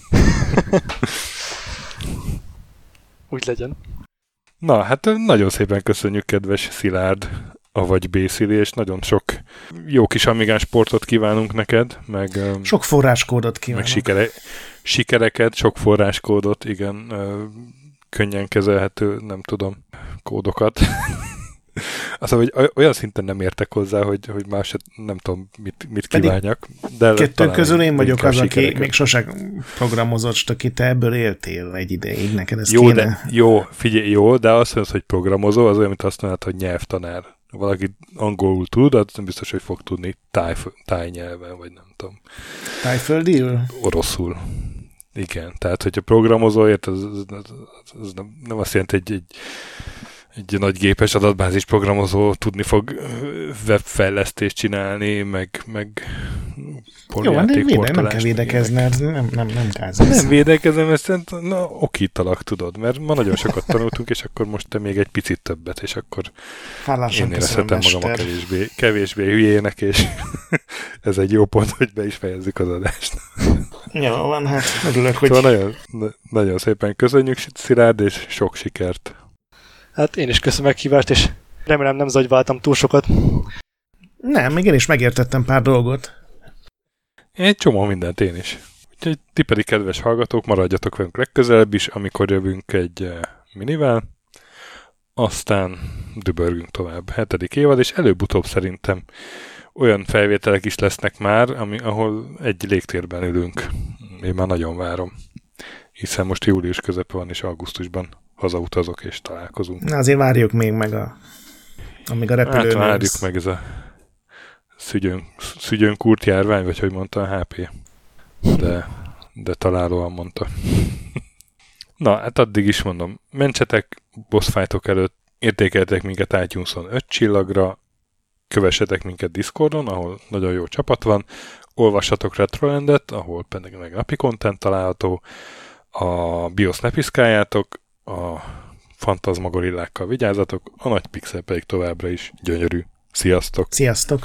Úgy legyen. Na, hát nagyon szépen köszönjük, kedves Szilárd, avagy Bészili, és nagyon sok jó kis Amigás sportot kívánunk neked, meg... Sok forráskódot kívánunk. Meg sikere, sikereket, sok forráskódot, igen, könnyen kezelhető, nem tudom, kódokat. Azt mondom, hogy olyan szinten nem értek hozzá, hogy, hogy más nem tudom, mit, mit kívánjak. De kettő közül én vagyok az, aki még sose programozott, aki te ebből éltél egy ideig, neked ez jó, kéne. De, jó, figyelj, jó, de azt mondod, hogy programozó, az olyan, mint azt mondod, hogy nyelvtanár. Valaki angolul tud, az nem biztos, hogy fog tudni táj, tájnyelven, vagy nem tudom. Tájföldiül? Oroszul. Igen, tehát hogyha programozóért, az, az, az, az nem, nem azt jelenti, hogy egy, egy egy nagy gépes adatbázis programozó tudni fog webfejlesztést csinálni, meg, meg jó, de véde, nem kell védekezni, nem, nem, nem kázolsz. Nem védekezem, ezt na, okítalak, tudod, mert ma nagyon sokat tanultunk, és akkor most te még egy picit többet, és akkor Hálásan én érezhetem magam a kevésbé, kevésbé hülyének, és ez egy jó pont, hogy be is fejezzük az adást. Jó, van, hát örülök, hogy... Szóval nagyon, nagyon szépen köszönjük, Szilárd, és sok sikert! Hát én is köszönöm meghívást, és remélem nem zagyváltam túl sokat. Nem, még én is megértettem pár dolgot. Egy csomó mindent én is. Úgyhogy ti pedig, kedves hallgatók, maradjatok velünk legközelebb is, amikor jövünk egy uh, minivel. Aztán dübörgünk tovább. Hetedik évad, és előbb-utóbb szerintem olyan felvételek is lesznek már, ami, ahol egy légtérben ülünk. Én már nagyon várom. Hiszen most július közepe van, és augusztusban hazautazok és találkozunk. Na azért várjuk még meg a... amíg a repülő... Hát várjuk meg ez a szügyön, szügyönkúrt járvány, vagy hogy mondta a há pé. De, de találóan mondta. Na, hát addig is mondom, mentsetek boss fightok előtt, értékeltek minket iTunes-on öt csillagra, kövessetek minket Discordon, ahol nagyon jó csapat van, olvassatok Retrolandet, ahol pedig meg napi content található, a BIOS ne piszkáljátok, a fantasmagorillákkal vigyázzatok, a nagy pixel pedig továbbra is gyönyörű. Sziasztok! Sziasztok!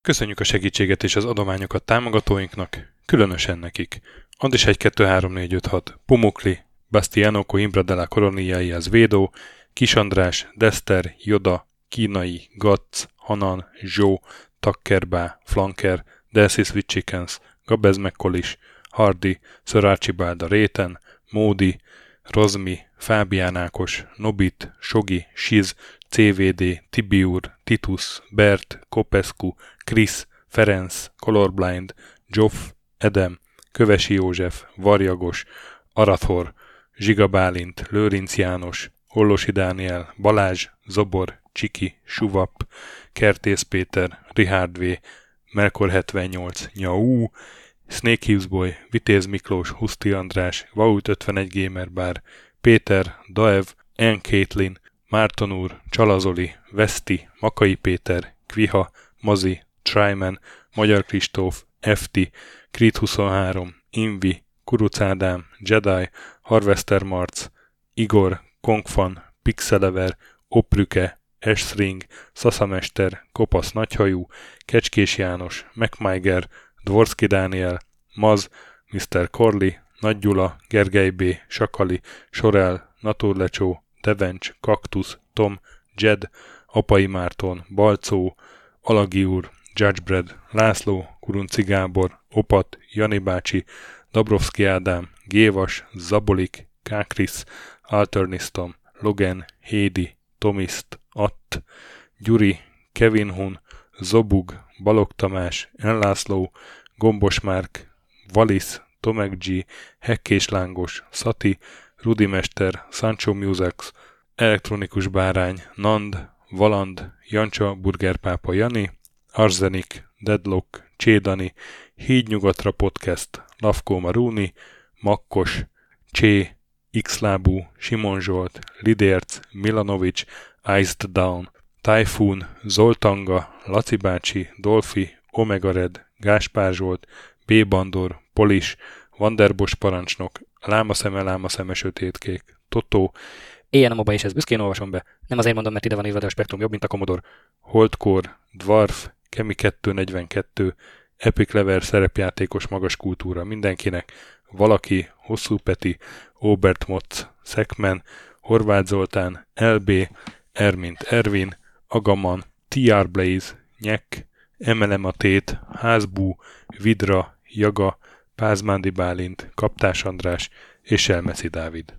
Köszönjük a segítséget és az adományokat támogatóinknak, különösen nekik. Andis egy kettő három négy öt hat, Pumukli, Bastiano Coimbra de la Coronilla az Védó, Kis András, Dester, Joda, Kínai, Gatz, Hanan, Zsó, Takkerbá, Flanker, Delcy Sweet Chickens, Gabez Mekkolis, Hardy, Sir Archibald a Réten, Módi, Rozmi, Fábián Ákos, Nobit, Sogi, Siz, cé vé dé, Tibiur, Titus, Bert, Kopescu, Krisz, Ferenc, Colorblind, Zsoff, Edem, Kövesi József, Varjagos, Arathor, Zsiga Bálint, Lőrinc János, Hollosi Dániel, Balázs, Zobor, Csiki, Suvap, Kertész Péter, Richard V, Melkor hetvennyolc, Nyau, Snake Hughes-boy, Vitéz Miklós, Huszti András, Vaut ötvenegy Gamerbar, Péter, Daev, N. Caitlin, Márton úr, Csalazoli, Veszti, Makai Péter, Kviha, Mazi, Tryman, Magyar Kristóf, ef té, Creed huszonhárom, Invi, Kuruc Ádám, Jedi, Harvester Marc, Igor, Kongfan, Pixelever, Oprüke, Esring, Szaszamester, Kopasz Nagyhajú, Kecskés János, MacMiger, Dvorski Dániel, Maz, miszter Corley, Nagy Gyula, Gergely B., Sakali, Sorel, Naturlecsó, Devencs, Kaktusz, Tom, Jed, Apai Márton, Balcó, Alagi úr, Judgebred, László, Kurunci Gábor, Opat, Jani bácsi, Dabrowski Ádám, Gévas, Zabolik, Kákris, Alternisztom, Logan, Hédi, Tomiszt, Att, Gyuri, Kevin Hun, Zobug, Balog Tamás, Enlászló, Gombos Márk, Valisz, Tomek G, Hekkés Lángos, Szati, Rudimester, Sancho Musex, Elektronikus Bárány, Nand, Valand, Jancsa, Burgerpápa Jani, Arzenik, Deadlock, Csédani, Hídnyugatra Podcast, Lavkó Maruni, Makkos, Csé, Xlábú, Simon Zsolt, Lidérc, Milanovic, Iced Down, Typhoon, Zoltanga, Laci bácsi, Dolfi, Omega Red, Gáspár Zsolt, B. Bandor, Polis, Vanderbos parancsnok, Lámaszeme, Lámaszeme sötétkék, Totó, Éjjel a moba, és ezt büszkén olvasom be. Nem azért mondom, mert ide van írva, de a spektrum jobb, mint a Commodore. Holdcore, Dwarf, Kemi kettő negyvenkettő, Epic Lever szerepjátékos magas kultúra mindenkinek, Valaki, Hosszú Peti, Óbert Motz, Szekmen, Horváth Zoltán, el bé, Ermint Ervin, Agaman, té er Blaze, Nyek, em el em a Tét, Házbú, Vidra, Jaga, Pázmándi Bálint, Kaptás András és Selmeci Dávid.